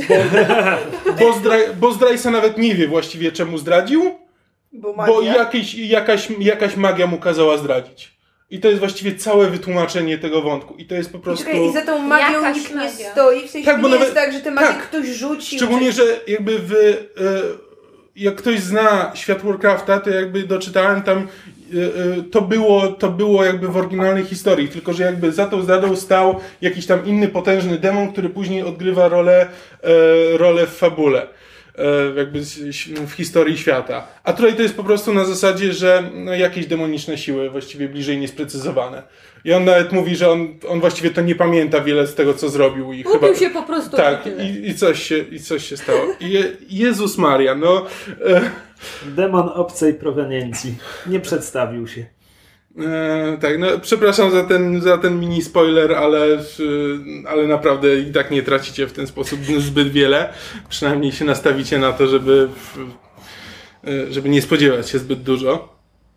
Bo zdrajca nawet nie wie właściwie, czemu zdradził, bo jakaś magia mu kazała zdradzić. I to jest właściwie całe wytłumaczenie tego wątku. I to jest po prostu... I za tą magią nikt nie stoi. W sensie nie jest tak, że tę magię ktoś rzuci. Szczególnie, że jakby jak ktoś zna świat Warcrafta, to jakby doczytałem tam, to było jakby w oryginalnej historii, tylko że jakby za tą zdradą stał jakiś tam inny potężny demon, który później odgrywa rolę w fabule. Jakby w historii świata. A tutaj to jest po prostu na zasadzie, że jakieś demoniczne siły właściwie bliżej niesprecyzowane. I on nawet mówi, że on właściwie to nie pamięta wiele z tego, co zrobił. I Upił się po prostu. Tak, i coś się stało. Jezus Maria, no... Demon obcej proweniencji. Nie przedstawił się. Tak, no przepraszam za ten mini spoiler, ale naprawdę i tak nie tracicie w ten sposób zbyt wiele. Przynajmniej się nastawicie na to, żeby nie spodziewać się zbyt dużo.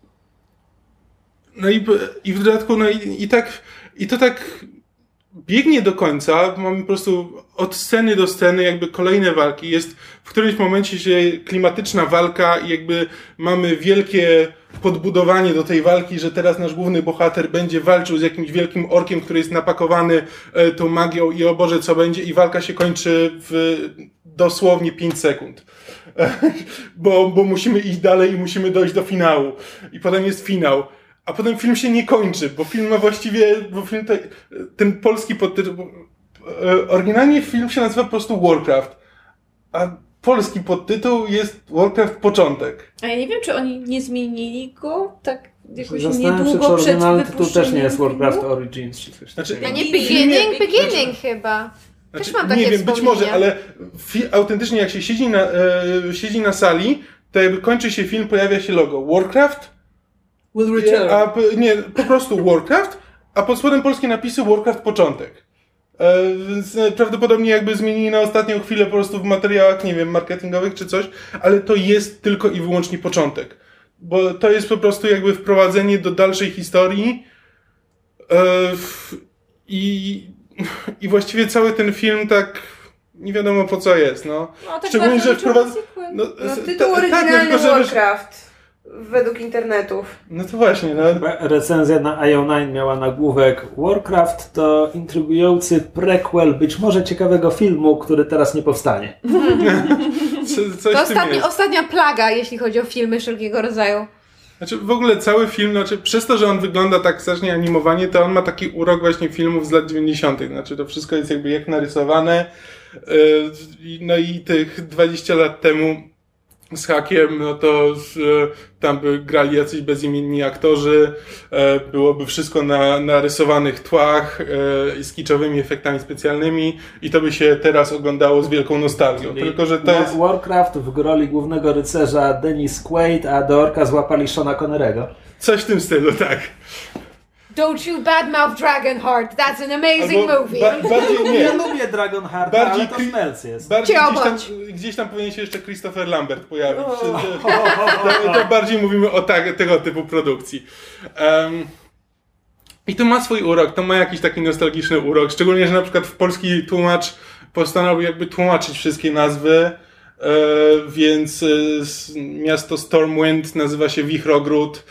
No i w dodatku, no i to tak biegnie do końca. Mamy po prostu od sceny do sceny jakby kolejne walki. Jest w którymś momencie się klimatyczna walka i jakby mamy wielkie podbudowanie do tej walki, że teraz nasz główny bohater będzie walczył z jakimś wielkim orkiem, który jest napakowany tą magią i o Boże, co będzie, i walka się kończy w dosłownie 5 sekund. bo musimy iść dalej i musimy dojść do finału. I potem jest finał. A potem film się nie kończy, bo film ma właściwie, ten polski podtytuł, oryginalnie film się nazywa po prostu Warcraft, a polski podtytuł jest Warcraft Początek. A ja nie wiem, czy oni nie zmienili go tak jakoś niedługo przed wypuszczeniem. To też nie jest Warcraft Origins czy coś takiego. A nie Beginning chyba. Znaczy, też mam takie nie wiem, być może, ale autentycznie jak się siedzi na sali, to jakby kończy się film, pojawia się logo Warcraft, Will return. Nie, po prostu Warcraft, a pod spodem polskie napisy Warcraft Początek. Więc prawdopodobnie jakby zmienili na ostatnią chwilę po prostu w materiałach, nie wiem, marketingowych czy coś, ale to jest tylko i wyłącznie początek. Bo to jest po prostu jakby wprowadzenie do dalszej historii i właściwie cały ten film tak nie wiadomo po co jest, no. Tak. Szczególnie, że wprowadza... tytuł oryginalny Warcraft. Według internetów. No to właśnie. No. Recenzja na IO9 miała nagłówek: Warcraft to intrygujący prequel być może ciekawego filmu, który teraz nie powstanie. To ostatnia plaga, jeśli chodzi o filmy wszelkiego rodzaju. Znaczy w ogóle cały film, przez to, że on wygląda tak strasznie animowanie, to on ma taki urok właśnie filmów z lat 90. Znaczy to wszystko jest jakby jak narysowane. No i tych 20 lat temu z hakiem, no to tam by grali jacyś bezimienni aktorzy, byłoby wszystko na narysowanych tłach i z kiczowymi efektami specjalnymi i to by się teraz oglądało z wielką nostalgią. Czyli tylko, że to jest... Warcraft w roli głównego rycerza Dennis Quaid, a do orka złapali Seana Connery'ego. Coś w tym stylu, tak. Don't you badmouth Dragonheart, that's an amazing movie. Bardziej nie. Ja lubię Dragonheart, ale to Smells jest. Bardziej gdzieś tam powinien się jeszcze Christopher Lambert pojawić. To bardziej mówimy o tego typu produkcji. I to ma swój urok, to ma jakiś taki nostalgiczny urok. Szczególnie, że na przykład polski tłumacz postanowił jakby tłumaczyć wszystkie nazwy, więc miasto Stormwind nazywa się Wichrogród.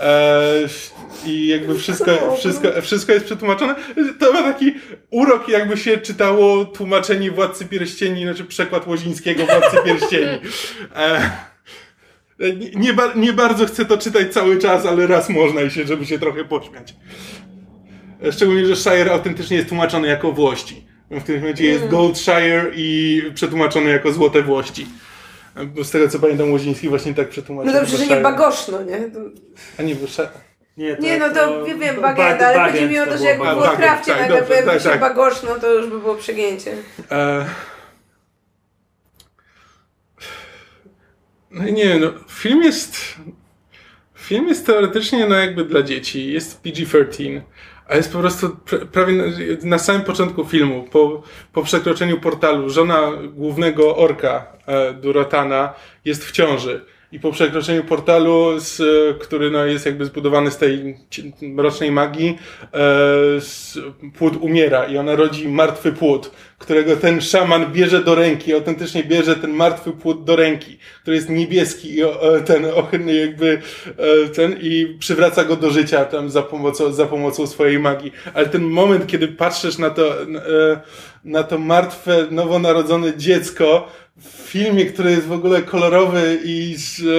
I jakby wszystko jest przetłumaczone. To ma taki urok, jakby się czytało tłumaczenie Władcy Pierścieni, znaczy przekład Łozińskiego Władcy Pierścieni. Nie bardzo chcę to czytać cały czas, ale raz można i żeby się trochę pośmiać. Szczególnie, że Shire autentycznie jest tłumaczony jako Włości. W tym momencie jest Goldshire i przetłumaczony jako Złote Włości. Bo z tego co pamiętam, Łoziński właśnie tak przetłumaczył. No dobrze, że nie Bagoszno, nie? A nie, bo wiem, bagenda, ale chodzi mi o to, że jakby w Warcrafcie nagle pojawił się Bagoszno, to już by było przegięcie. No i nie wiem, film jest teoretycznie jakby dla dzieci, jest PG-13, a jest po prostu prawie na samym początku filmu, po przekroczeniu portalu, żona głównego orka, Duratana, jest w ciąży. I po przekroczeniu portalu, który jest jakby zbudowany z tej mrocznej magii, płód umiera i ona rodzi martwy płód, którego ten szaman bierze do ręki, autentycznie bierze ten martwy płód do ręki, który jest niebieski i ten ohydny jakby i przywraca go do życia tam za pomocą swojej magii. Ale ten moment, kiedy patrzysz na to martwe, nowonarodzone dziecko, w filmie, który jest w ogóle kolorowy i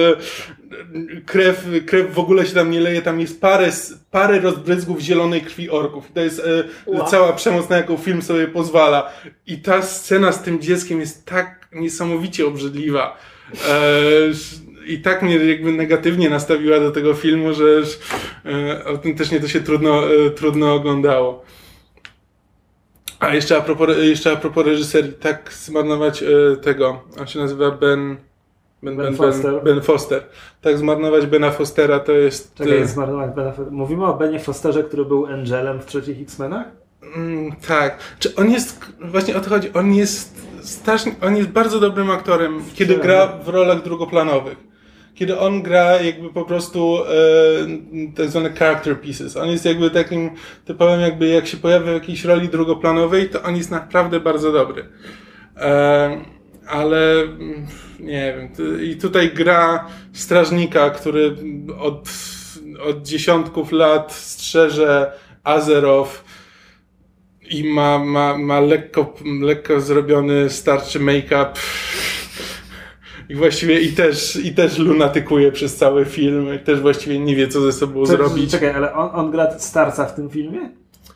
krew w ogóle się tam nie leje, tam jest parę rozbryzgów zielonej krwi orków. I to jest cała przemoc, na jaką film sobie pozwala. I ta scena z tym dzieckiem jest tak niesamowicie obrzydliwa. I tak mnie jakby negatywnie nastawiła do tego filmu, że autentycznie to się trudno oglądało. A jeszcze a propos reżyserii, tak zmarnować tego, on się nazywa Ben Foster. Tak zmarnować Bena Fostera to jest... Czekaj, zmarnować Bena Fostera. Mówimy o Benie Fosterze, który był Angelem w trzecich X-Menach? Tak. Czy on jest... Właśnie o to chodzi. On jest bardzo dobrym aktorem, kiedy gra w rolach drugoplanowych. Kiedy on gra jakby po prostu tak zwane character pieces. On jest jakby takim typowym jakby jak się pojawia w jakiejś roli drugoplanowej, to on jest naprawdę bardzo dobry. Ale nie wiem. I tutaj gra strażnika, który od dziesiątków lat strzeże Azeroth i ma lekko zrobiony starczy make-up. I właściwie i też lunatykuje przez cały film i też właściwie nie wie, co ze sobą zrobić. Czekaj, ale on gra starca w tym filmie?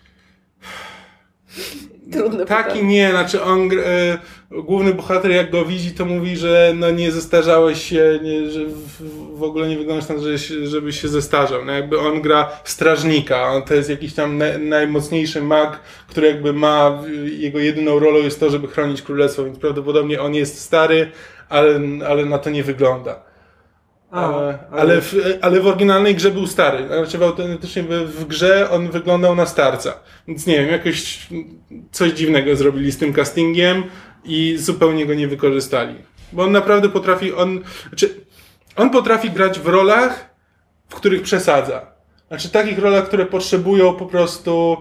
Trudne tak pytanie. I nie, znaczy główny bohater jak go widzi, to mówi, że nie zestarzałeś się, że w ogóle nie wyglądasz na to, żeby się zestarzał. No jakby on gra strażnika, on to jest jakiś tam najmocniejszy mag, który jakby jego jedyną rolą jest to, żeby chronić królestwo, więc prawdopodobnie on jest stary, ale na to nie wygląda. Ale w oryginalnej grze był stary. Znaczy autentycznie w grze on wyglądał na starca. Więc nie wiem, jakoś coś dziwnego zrobili z tym castingiem i zupełnie go nie wykorzystali. Bo on naprawdę potrafi, on potrafi grać w rolach, w których przesadza. Znaczy takich rolach, które potrzebują po prostu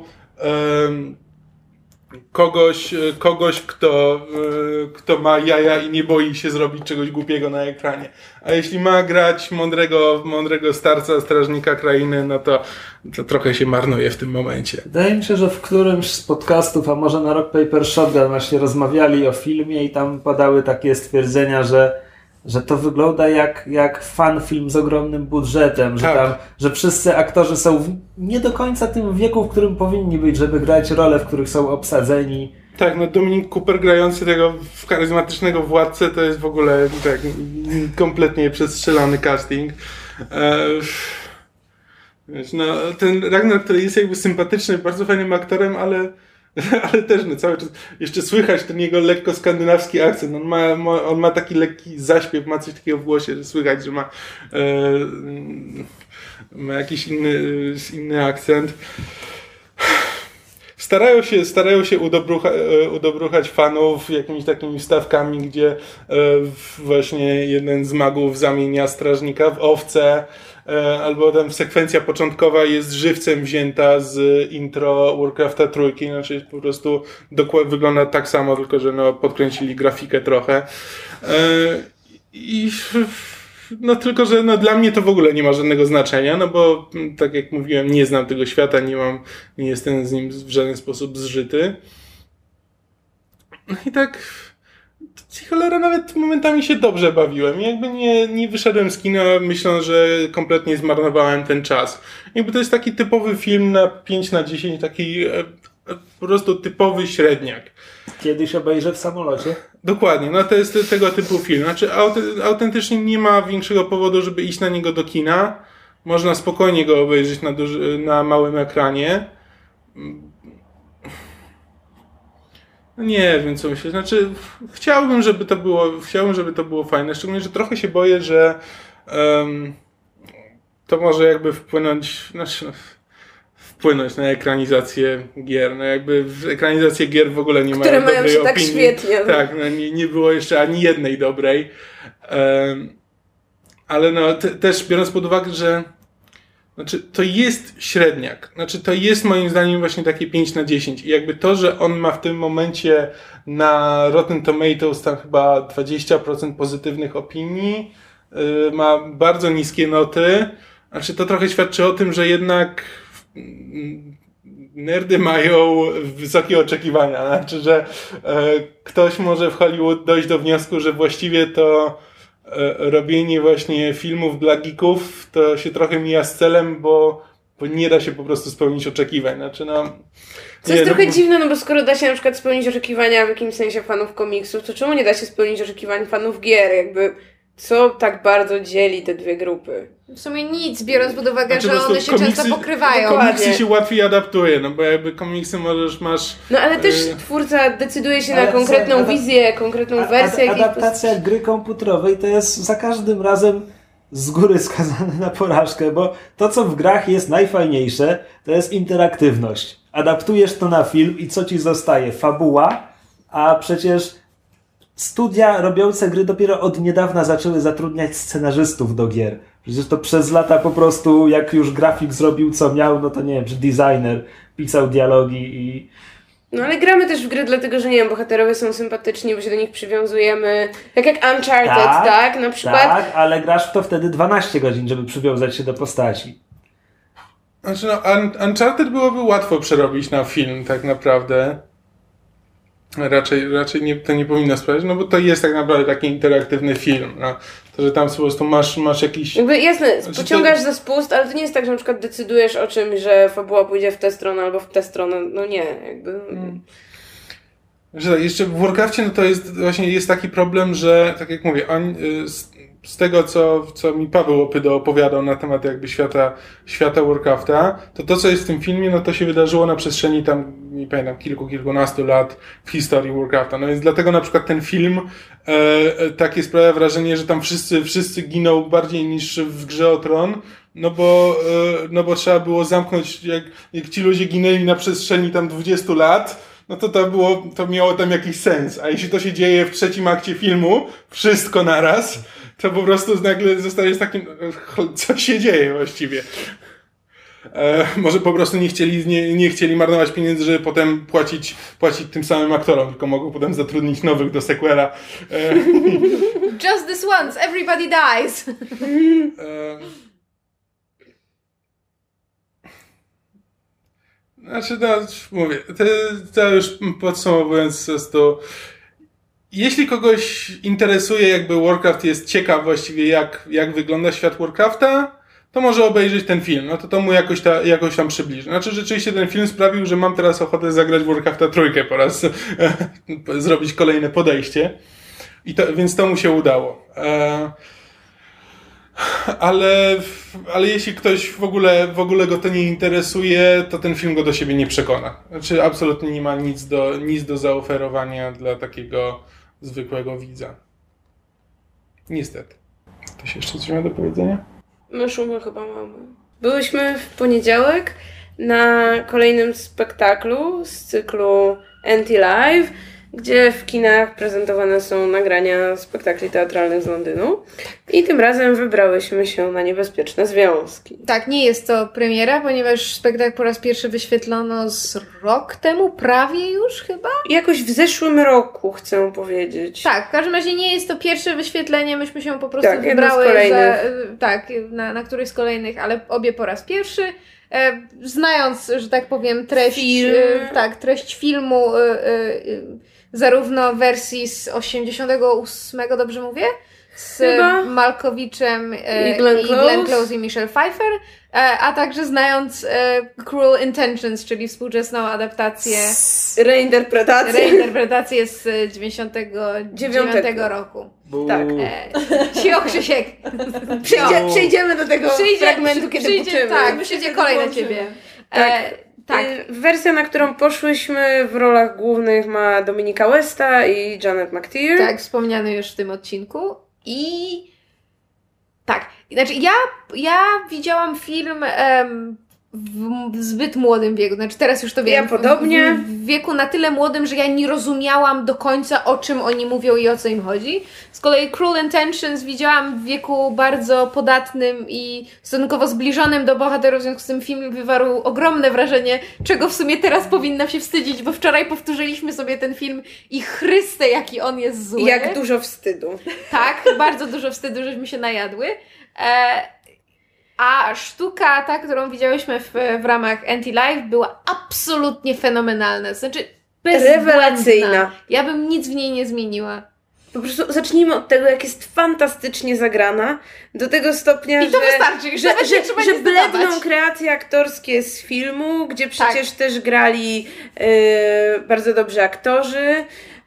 kogoś, kto ma jaja i nie boi się zrobić czegoś głupiego na ekranie. A jeśli ma grać mądrego starca, strażnika krainy, no to trochę się marnuje w tym momencie. Wydaje mi się, że w którymś z podcastów, a może na Rock Paper Shotgun właśnie rozmawiali o filmie i tam padały takie stwierdzenia, że to wygląda jak fan film z ogromnym budżetem, że wszyscy aktorzy są nie do końca tym wieku, w którym powinni być, żeby grać role, w których są obsadzeni. Tak, no Dominic Cooper grający tego charyzmatycznego władcę to jest w ogóle tak kompletnie przestrzelany casting. Wiesz, no, ten Ragnar, który jest jakby sympatyczny, bardzo fajnym aktorem, ale też no, cały czas jeszcze słychać ten jego lekko skandynawski akcent. On ma taki lekki zaśpiew, ma coś takiego w głosie, że słychać, że ma jakiś inny akcent. Starają się udobruchać fanów jakimiś takimi wstawkami, gdzie właśnie jeden z magów zamienia strażnika w owcę, albo tam sekwencja początkowa jest żywcem wzięta z intro Warcrafta 3, znaczy po prostu wygląda tak samo, tylko że no, podkręcili grafikę trochę. No tylko, że no, dla mnie to w ogóle nie ma żadnego znaczenia, no bo tak jak mówiłem, nie znam tego świata, nie jestem z nim w żaden sposób zżyty. No i tak cholera, nawet momentami się dobrze bawiłem. Jakby nie wyszedłem z kina myśląc, że kompletnie zmarnowałem ten czas. Jakby to jest taki typowy film na 5/10, taki po prostu typowy średniak. Kiedyś obejrzę w samolocie. Dokładnie, no to jest tego typu film. Znaczy autentycznie nie ma większego powodu, żeby iść na niego do kina. Można spokojnie go obejrzeć na małym ekranie. Nie wiem, co myślę. Znaczy, chciałbym, żeby to było fajne. Szczególnie, że trochę się boję, że to może jakby wpłynąć na ekranizację gier. No jakby ekranizacje gier w ogóle nie mają dobrej opinii. Które mają się tak świetnie. Tak, no nie było jeszcze ani jednej dobrej. Ale no też biorąc pod uwagę, że znaczy, to jest średniak. Znaczy, to jest moim zdaniem właśnie takie 5/10. I jakby to, że on ma w tym momencie na Rotten Tomatoes tam chyba 20% pozytywnych opinii, ma bardzo niskie noty. Znaczy, to trochę świadczy o tym, że jednak nerdy mają wysokie oczekiwania. Znaczy, że ktoś może w Hollywood dojść do wniosku, że właściwie to robienie właśnie filmów dla geeków to się trochę mija z celem, bo nie da się po prostu spełnić oczekiwań. Znaczy, no, co jest trochę dziwne, no bo skoro da się na przykład spełnić oczekiwania w jakimś sensie fanów komiksów, to czemu nie da się spełnić oczekiwań fanów gier? Jakby co tak bardzo dzieli te dwie grupy? W sumie nic, biorąc pod uwagę, że one się często pokrywają. Komiksy się łatwiej adaptuje, no bo jakby komiksy masz... No ale też twórca decyduje się na konkretną wizję, konkretną wersję. Adaptacja gry komputerowej to jest za każdym razem z góry skazane na porażkę, bo to, co w grach jest najfajniejsze, to jest interaktywność. Adaptujesz to na film i co ci zostaje? Fabuła, a przecież studia robiące gry dopiero od niedawna zaczęły zatrudniać scenarzystów do gier. Przecież to przez lata po prostu, jak już grafik zrobił co miał, no to nie wiem, czy designer pisał dialogi i... No ale gramy też w gry dlatego, że nie wiem, bohaterowie są sympatyczni, bo się do nich przywiązujemy. Tak jak Uncharted, tak? Na przykład. Tak, ale grasz w to wtedy 12 godzin, żeby przywiązać się do postaci. Znaczy no, Uncharted byłoby łatwo przerobić na film, tak naprawdę. Raczej to nie powinno sprawiać, no bo to jest tak naprawdę taki interaktywny film. No. To, że tam po prostu masz jakiś... Jakby jasne, pociągasz za spust, ale to nie jest tak, że na przykład decydujesz o czymś, że fabuła pójdzie w tę stronę albo w tę stronę. No nie, jakby... Że tak, jeszcze w Warcrafcie no to jest taki problem, że tak jak mówię, z tego co mi Paweł Opydo opowiadał na temat jakby świata Warcrafta, to co jest w tym filmie, no to się wydarzyło na przestrzeni tam, nie pamiętam, kilkunastu lat w historii Warcrafta. No więc dlatego na przykład ten film takie sprawia wrażenie, że tam wszyscy giną bardziej niż w Grze o Tron, no bo trzeba było zamknąć, jak ci ludzie ginęli na przestrzeni tam 20 lat, no to miało tam jakiś sens. A jeśli to się dzieje w trzecim akcie filmu, wszystko naraz, to po prostu nagle zostajesz takim, co się dzieje właściwie. Może po prostu nie chcieli marnować pieniędzy, żeby potem płacić tym samym aktorom, tylko mogą potem zatrudnić nowych do sequela. Just this once, everybody dies. Znaczy, no, mówię, to już podsumowując to, jeśli kogoś interesuje, jakby Warcraft jest ciekaw właściwie jak wygląda świat Warcrafta, to może obejrzeć ten film. No to mu jakoś tam przybliży. Znaczy rzeczywiście ten film sprawił, że mam teraz ochotę zagrać w Warcrafta 3 po raz, zrobić kolejne podejście. Więc to mu się udało. Ale jeśli ktoś w ogóle go to nie interesuje, to ten film go do siebie nie przekona. Znaczy absolutnie nie ma nic do zaoferowania dla takiego zwykłego widza. Niestety. Ktoś jeszcze coś ma do powiedzenia? My chyba mamy. Byłyśmy w poniedziałek na kolejnym spektaklu z cyklu Anti-Live, gdzie w kinach prezentowane są nagrania spektakli teatralnych z Londynu. I tym razem wybrałyśmy się na Niebezpieczne Związki. Tak, nie jest to premiera, ponieważ spektakl po raz pierwszy wyświetlono z rok temu, prawie już chyba? Jakoś w zeszłym roku, chcę powiedzieć. Tak, w każdym razie nie jest to pierwsze wyświetlenie, myśmy się po prostu wybrały na któryś z kolejnych, ale obie po raz pierwszy. Znając, że tak powiem, treść filmu, zarówno wersji z 88, dobrze mówię? Z Malkowiczem i Glenn Close i Michelle Pfeiffer, a także znając Cruel Intentions, czyli współczesną adaptację, reinterpretację z 99 roku. Tak. Cio, Krzysiek. Przejdziemy do tego fragmentu, kiedy uczymy. Tak, przyjdzie kolej na ciebie. Tak. Wersja, na którą poszłyśmy w rolach głównych ma Dominika Westa i Janet McTeer. Tak, wspomniany już w tym odcinku. I tak, znaczy ja widziałam film w zbyt młodym wieku, znaczy teraz już to wiem. Ja podobnie. W wieku na tyle młodym, że ja nie rozumiałam do końca, o czym oni mówią i o co im chodzi. Z kolei Cruel Intentions widziałam w wieku bardzo podatnym i stosunkowo zbliżonym do bohaterów, w związku z tym film wywarł ogromne wrażenie, czego w sumie teraz powinnam się wstydzić, bo wczoraj powtórzyliśmy sobie ten film i Chryste, jaki on jest zły. Jak dużo wstydu. Tak, bardzo dużo wstydu, żeśmy się najadły. A sztuka ta, którą widziałyśmy w ramach Anti-Live, była absolutnie fenomenalna. Znaczy rewelacyjna. Ja bym nic w niej nie zmieniła. Po prostu zacznijmy od tego, jak jest fantastycznie zagrana, do tego stopnia, I to wystarczy, że bledną kreacje aktorskie z filmu, gdzie przecież też grali bardzo dobrzy aktorzy.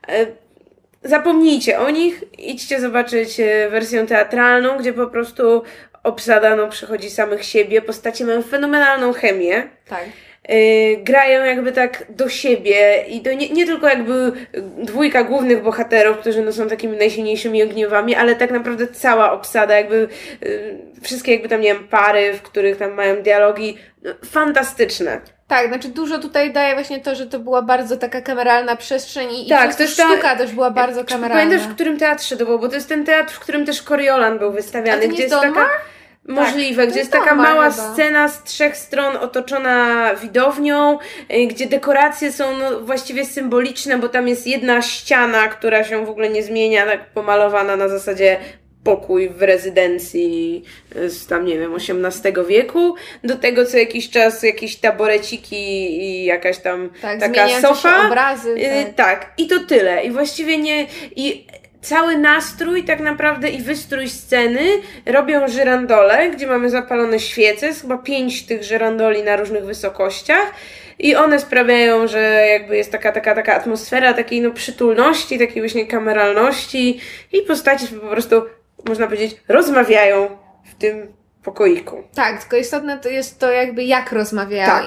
Zapomnijcie o nich, idźcie zobaczyć wersję teatralną, gdzie po prostu obsada przychodzi samych siebie, postacie mają fenomenalną chemię. Tak. Grają jakby tak do siebie i nie tylko jakby dwójka głównych bohaterów, którzy są takimi najsilniejszymi ogniwami, ale tak naprawdę cała obsada, jakby wszystkie jakby tam, nie wiem, pary, w których tam mają dialogi, fantastyczne. Tak, znaczy dużo tutaj daje właśnie to, że to była bardzo taka kameralna przestrzeń i tak, to sztuka też była bardzo kameralna. Pamiętasz, w którym teatrze to było? Bo to jest ten teatr, w którym też Coriolan był wystawiany. Gdzie jest taka... Możliwe, gdzie jest taka mała scena z 3 stron otoczona widownią, gdzie dekoracje są właściwie symboliczne, bo tam jest jedna ściana, która się w ogóle nie zmienia, tak pomalowana na zasadzie pokój w rezydencji z tam, nie wiem, XVIII wieku. Do tego co jakiś czas jakieś taboreciki i jakaś tam taka sofa. Obrazy. Tak, i to tyle. I właściwie cały nastrój tak naprawdę i wystrój sceny robią żyrandole, gdzie mamy zapalone świece, jest chyba 5 tych żyrandoli na różnych wysokościach i one sprawiają, że jakby jest taka atmosfera takiej przytulności, takiej właśnie kameralności i postaci po prostu, można powiedzieć, rozmawiają w tym pokoiku. Tak, tylko istotne to jest to jakby jak rozmawiają. Tak.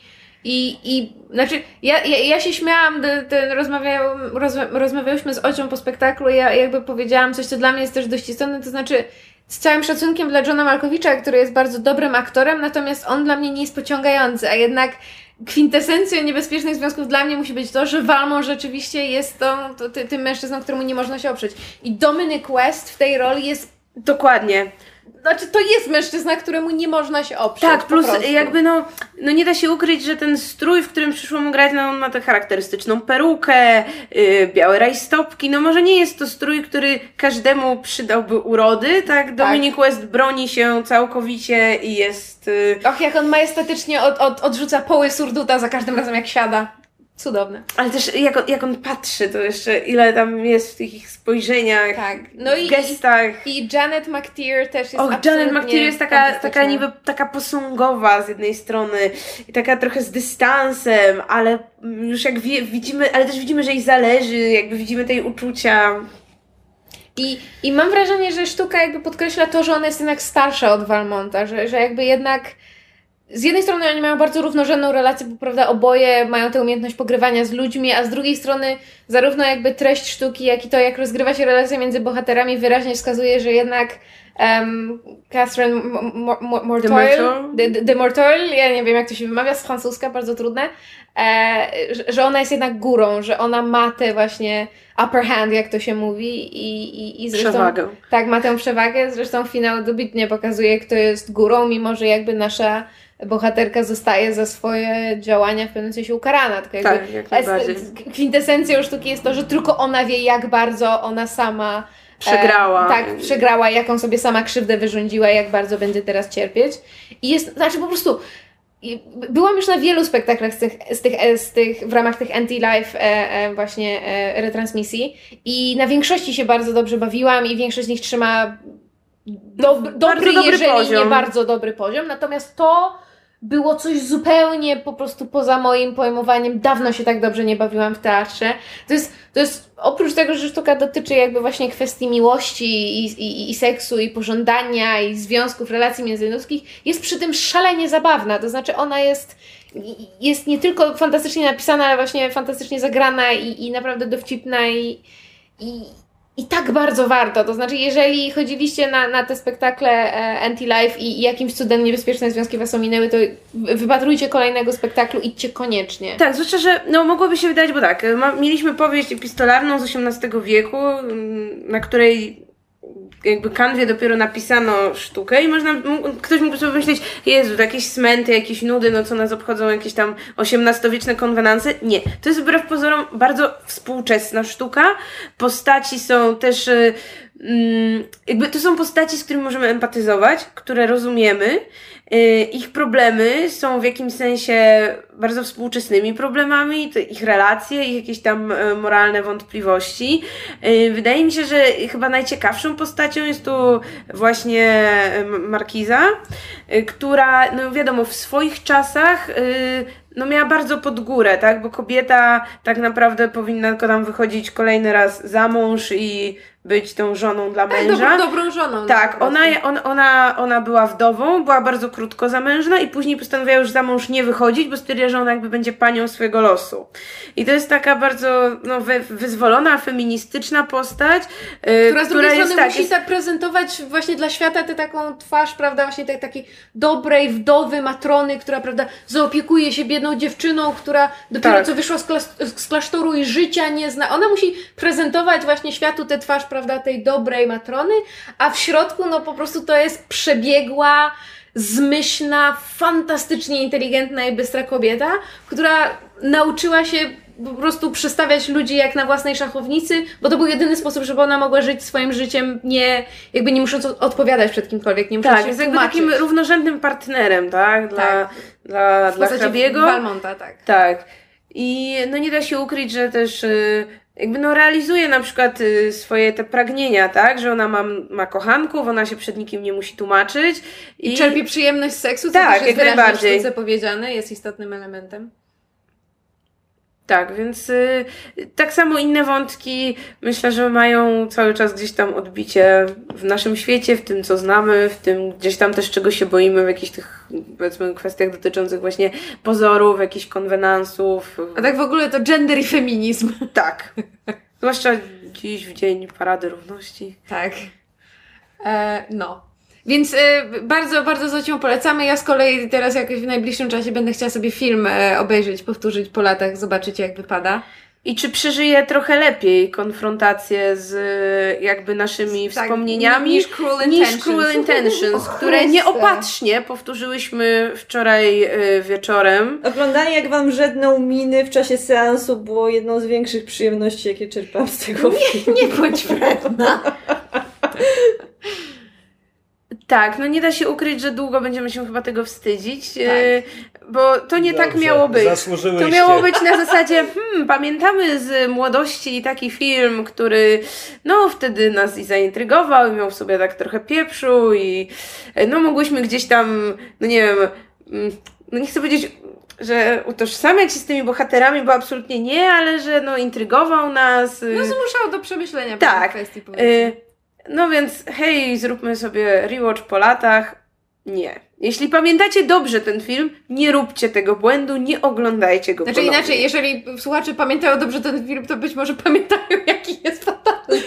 I znaczy, ja się śmiałam, rozmawiałyśmy z Ocią po spektaklu i ja jakby powiedziałam coś, co dla mnie jest też dość istotne, to znaczy z całym szacunkiem dla Johna Malkowicza, który jest bardzo dobrym aktorem, natomiast on dla mnie nie jest pociągający, a jednak kwintesencją Niebezpiecznych Związków dla mnie musi być to, że Valmont rzeczywiście jest tym mężczyzną, któremu nie można się oprzeć. I Dominic West w tej roli jest... Dokładnie. Znaczy, to jest mężczyzna, któremu nie można się oprzeć. Tak, plus jakby nie da się ukryć, że ten strój, w którym przyszło mu grać, on ma tę charakterystyczną perukę, białe rajstopki. Może nie jest to strój, który każdemu przydałby urody, tak? Dominic West broni się całkowicie i jest... Och, jak on majestatycznie odrzuca poły surduta za każdym razem, jak siada. Cudowne. Ale też jak on patrzy, to jeszcze ile tam jest w tych ich spojrzeniach, tak. gestach. I Janet McTeer też jest Janet McTeer jest taka niby taka posągowa z jednej strony i taka trochę z dystansem, ale już jak widzimy, ale też widzimy, że jej zależy, jakby widzimy tej uczucia. I mam wrażenie, że sztuka jakby podkreśla to, że ona jest jednak starsza od Valmonta, że jakby jednak z jednej strony oni mają bardzo równorzędną relację, bo prawda, oboje mają tę umiejętność pogrywania z ludźmi, a z drugiej strony zarówno jakby treść sztuki, jak i to, jak rozgrywa się relacja między bohaterami, wyraźnie wskazuje, że jednak Catherine de Mortoil, ja nie wiem jak to się wymawia z francuska, bardzo trudne, że ona jest jednak górą, że ona ma tę właśnie upper hand, jak to się mówi i zresztą przewagę. Tak, ma tę przewagę, zresztą finał dobitnie pokazuje, kto jest górą, mimo że jakby nasza bohaterka zostaje za swoje działania w pewnym sensie ukarana. Tylko jakby jak najbardziej. Kwintesencją sztuki jest to, że tylko ona wie, jak bardzo ona sama przegrała. Przegrała, jaką sobie sama krzywdę wyrządziła, jak bardzo będzie teraz cierpieć. I jest, znaczy po prostu byłam już na wielu spektaklach z tych w ramach tych anti-life właśnie retransmisji i na większości się bardzo dobrze bawiłam i większość z nich trzyma dobry, jeżeli poziom. Nie bardzo dobry poziom, natomiast to było coś zupełnie po prostu poza moim pojmowaniem. Dawno się tak dobrze nie bawiłam w teatrze. To jest oprócz tego, że sztuka dotyczy jakby właśnie kwestii miłości i seksu i pożądania i związków, relacji międzyludzkich, jest przy tym szalenie zabawna. To znaczy ona jest nie tylko fantastycznie napisana, ale właśnie fantastycznie zagrana i naprawdę dowcipna i tak bardzo warto. To znaczy, jeżeli chodziliście na te spektakle Anti-Life i jakimś cudem niebezpieczne związki was ominęły, to wypatrujcie kolejnego spektaklu, idźcie koniecznie. Tak, zwłaszcza, że mogłoby się wydać, bo tak, mieliśmy powieść epistolarną z XVIII wieku, na której jakby kanwie dopiero napisano sztukę i ktoś mógłby sobie myśleć, Jezu, jakieś smęty, jakieś nudy, co nas obchodzą jakieś tam XVIII-wieczne konwenanse. Nie, to jest wbrew pozorom bardzo współczesna sztuka. Postaci są też jakby to są postaci, z którymi możemy empatyzować, które rozumiemy. Ich problemy są w jakimś sensie bardzo współczesnymi problemami, to ich relacje, ich jakieś tam moralne wątpliwości. Wydaje mi się, że chyba najciekawszą postacią jest tu właśnie Markiza, która, wiadomo, w swoich czasach miała bardzo pod górę, tak? Bo kobieta tak naprawdę powinna tylko tam wychodzić kolejny raz za mąż i być tą żoną dla męża. Dobrą żoną. Tak, ona była wdową, była bardzo krótko zamężna i później postanowiła już za mąż nie wychodzić, bo stwierdziła, że ona jakby będzie panią swojego losu. I to jest taka bardzo wyzwolona, feministyczna postać, która z drugiej strony musi tak prezentować właśnie dla świata tę taką twarz, prawda, właśnie tej takiej dobrej wdowy, matrony, która, prawda, zaopiekuje się biedną dziewczyną, która dopiero co wyszła z klasztoru i życia nie zna. Ona musi prezentować właśnie światu tę twarz, prawda, tej dobrej matrony, a w środku po prostu to jest przebiegła, zmyślna, fantastycznie inteligentna i bystra kobieta, która nauczyła się po prostu przestawiać ludzi jak na własnej szachownicy, bo to był jedyny sposób, żeby ona mogła żyć swoim życiem, nie musząc odpowiadać przed kimkolwiek, nie musząc się jest jakby takim równorzędnym partnerem, tak? Dla hrabiego. Valmonta, tak. Tak. I nie da się ukryć, że też jakby realizuje na przykład swoje te pragnienia, tak? Że ona ma kochanków, ona się przed nikim nie musi tłumaczyć. I czerpie przyjemność z seksu, co tak, też jest wyraźnie w sztuce powiedziane, jest istotnym elementem. Tak, więc tak samo inne wątki myślę, że mają cały czas gdzieś tam odbicie w naszym świecie, w tym co znamy, w tym gdzieś tam też czego się boimy, w jakichś tych, powiedzmy, kwestiach dotyczących właśnie pozorów, jakichś konwenansów. A tak w ogóle to gender i feminizm. Tak. Zwłaszcza dziś w Dzień Parady Równości. Tak. Więc bardzo, bardzo Zocią polecamy. Ja z kolei teraz jakoś w najbliższym czasie będę chciała sobie film obejrzeć, powtórzyć po latach, zobaczyć jak wypada. I czy przeżyje trochę lepiej konfrontację z jakby naszymi wspomnieniami niż Cruel Intentions, które nieopatrznie powtórzyłyśmy wczoraj wieczorem. Oglądanie jak wam żedną miny w czasie seansu było jedną z większych przyjemności, jakie czerpam z tego filmu. Nie bądź wredna. Tak, no nie da się ukryć, że długo będziemy się chyba tego wstydzić, bo to nie tak miało być. To miało być na zasadzie, pamiętamy z młodości taki film, który no wtedy nas i zaintrygował i miał w sobie tak trochę pieprzu i no mogłyśmy gdzieś tam, no nie wiem, no nie chcę powiedzieć, że utożsamiać się z tymi bohaterami, bo absolutnie nie, ale że no intrygował nas. No zmuszał do przemyślenia tak, kwestii, powiedzmy. No więc hej, zróbmy sobie rewatch po latach. Nie. Jeśli pamiętacie dobrze ten film, nie róbcie tego błędu, nie oglądajcie go ponownie. Inaczej, jeżeli słuchacze pamiętają dobrze ten film, to być może pamiętają, jaki jest fatalny.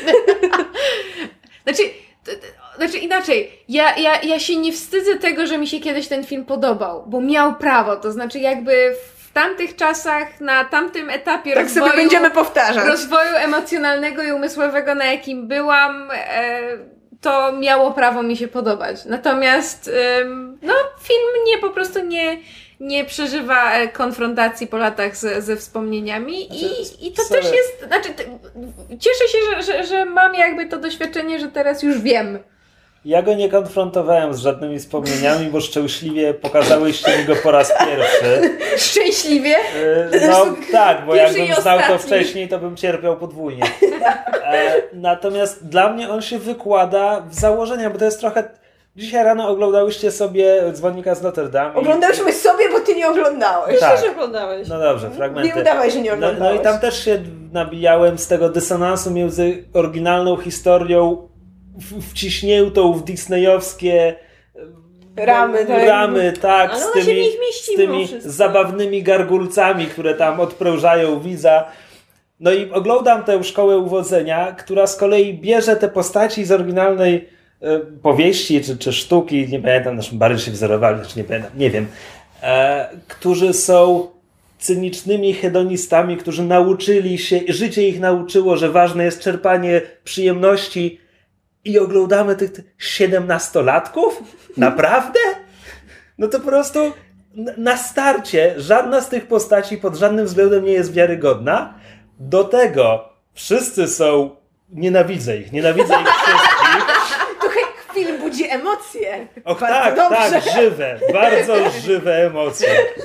Znaczy inaczej, ja się nie wstydzę tego, że mi się kiedyś ten film podobał, bo miał prawo, to znaczy jakby w tamtych czasach, na tamtym etapie tak rozwoju, sobie będziemy powtarzać. Rozwoju emocjonalnego i umysłowego, na jakim byłam, to miało prawo mi się podobać. Natomiast no, film po prostu nie przeżywa konfrontacji po latach ze wspomnieniami i to też jest, znaczy cieszę się, że mam jakby to doświadczenie, że teraz już wiem. Ja go nie konfrontowałem z żadnymi wspomnieniami, bo szczęśliwie pokazałyście mi go po raz pierwszy. Szczęśliwie? No tak, bo jakbym znał to wcześniej, to bym cierpiał podwójnie. Natomiast dla mnie on się wykłada w założeniach, bo to jest trochę... Dzisiaj rano oglądałyście sobie Dzwonnika z Notre Dame. Oglądałyśmy sobie, bo ty nie oglądałeś. Tak. Też oglądałeś. No dobrze, fragmenty. Nie udawaj, że nie oglądałeś. No i tam też się nabijałem z tego dysonansu między oryginalną historią wciśniętą w disneyowskie ramy, tak, z tymi zabawnymi gargulcami, które tam odprężają widza. No i oglądam tę szkołę uwodzenia, która z kolei bierze te postaci z oryginalnej powieści czy sztuki, nie pamiętam, na czym bardziej się wzorowali, czy nie pamiętam, nie wiem, którzy są cynicznymi hedonistami, którzy nauczyli się, życie ich nauczyło, że ważne jest czerpanie przyjemności i oglądamy tych 17-latków? Naprawdę? No to po prostu na starcie żadna z tych postaci pod żadnym względem nie jest wiarygodna. Do tego wszyscy są... Nienawidzę ich wszystkich. Film budzi emocje. Och tak, bardzo żywe emocje.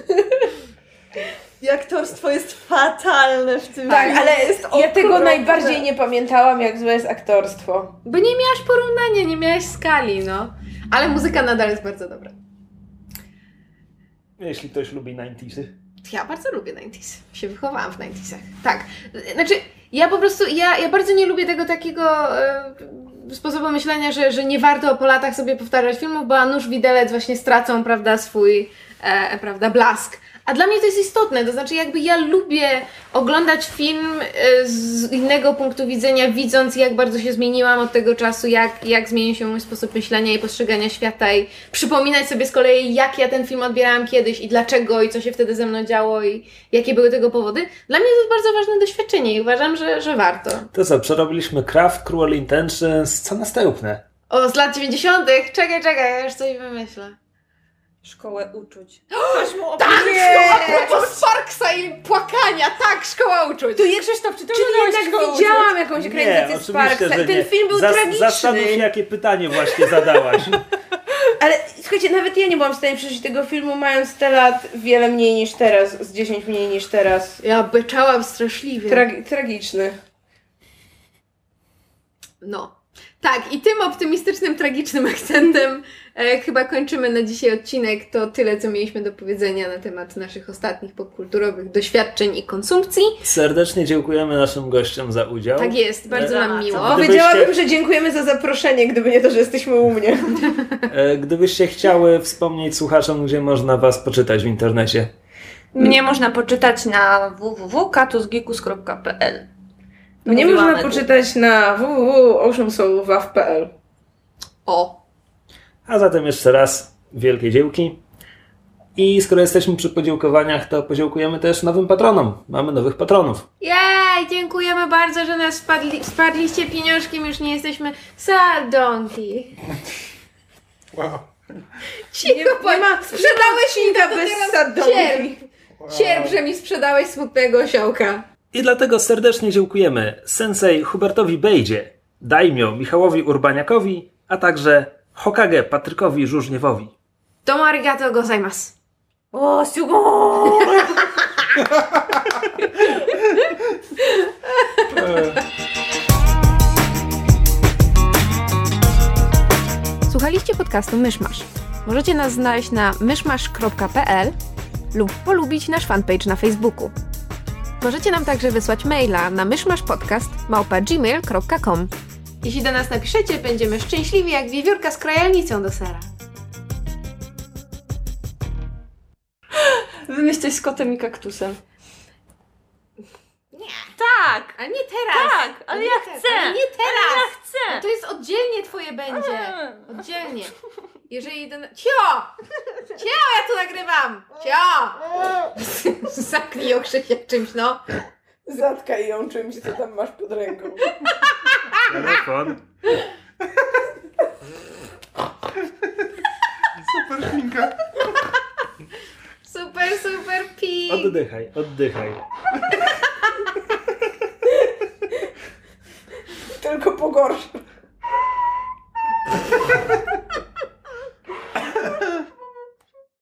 I aktorstwo jest fatalne w tym filmie. Ale ja tego najbardziej nie pamiętałam, jak złe jest aktorstwo. Bo nie miałaś porównania, nie miałaś skali, no. Ale muzyka nadal jest bardzo dobra. Jeśli ktoś lubi 90'sy. Ja bardzo lubię 90's. Się wychowałam w 90'sach. Tak. Znaczy, ja po prostu, ja bardzo nie lubię tego takiego sposobu myślenia, że nie warto po latach sobie powtarzać filmów, bo a nuż widelec właśnie stracą, prawda, swój blask. A dla mnie to jest istotne, to znaczy jakby ja lubię oglądać film z innego punktu widzenia, widząc jak bardzo się zmieniłam od tego czasu, jak zmienił się mój sposób myślenia i postrzegania świata i przypominać sobie z kolei jak ja ten film odbierałam kiedyś i dlaczego i co się wtedy ze mną działo i jakie były tego powody. Dla mnie to jest bardzo ważne doświadczenie i uważam, że warto. To co, przerobiliśmy Craft, Cruel Intentions, co następne? O, z lat 90. Czekaj, ja już coś wymyślę. Szkołę uczuć. Coś mu tak, a propos Sparksa i płakania, tak, szkoła uczuć. Tu Krzysztof, czy jednak widziałam jakąś ekranizację Sparksa. Ten film był tragiczny. Zastanów się, jakie pytanie właśnie zadałaś. Ale słuchajcie, nawet ja nie byłam w stanie przeżyć tego filmu, mając te lat wiele mniej niż teraz, z 10 mniej niż teraz. Ja beczałam straszliwie. Tragiczny. No. Tak, i tym optymistycznym, tragicznym akcentem chyba kończymy na dzisiaj odcinek. To tyle, co mieliśmy do powiedzenia na temat naszych ostatnich popkulturowych doświadczeń i konsumpcji. Serdecznie dziękujemy naszym gościom za udział. Tak jest, bardzo nam miło. Powiedziałabym, że dziękujemy za zaproszenie, gdyby nie to, że jesteśmy u mnie. Gdybyście chciały wspomnieć słuchaczom, gdzie można was poczytać w internecie. Mnie można poczytać na www.katusgikus.pl. Mnie można poczytać na www.oceansoulwaw.pl. O! A zatem jeszcze raz wielkie dzięki. I skoro jesteśmy przy podziękowaniach, to podziękujemy też nowym patronom. Mamy nowych patronów. Jej! Dziękujemy bardzo, że nas spadliście pieniążkiem. Już nie jesteśmy sadonki. Wow. Cicho, nie ma. Sprzedałeś mi to bez sadonki. Cierp, że mi sprzedałeś smutnego osiołka. I dlatego serdecznie dziękujemy sensei Hubertowi Bejdzie, daimio Michałowi Urbaniakowi, a także Hokage Patrykowi Żużniewowi. Domo arigato gozaimasu. O, sugo! Słuchaliście podcastu Myszmasz. Możecie nas znaleźć na myszmasz.pl lub polubić nasz fanpage na Facebooku. Możecie nam także wysłać maila na myszmaszpodcast@gmail.com. Jeśli do nas napiszecie, będziemy szczęśliwi jak wiewiórka z krajalnicą do sera. Wymyśl coś z kotem i kaktusem. Nie. Tak! Ale nie teraz! Tak, ale ja chcę! Ale nie teraz! Ale ja chcę! To jest oddzielnie twoje będzie. Oddzielnie. Jeżeli do... Cio! Cio, ja tu nagrywam! Cio! Zamknij ją, Krzysiek, czymś, no. Zatkaj ją czymś, co tam masz pod ręką. Telefon. Super szminka. Super pi. Oddychaj. Tylko pogorsza.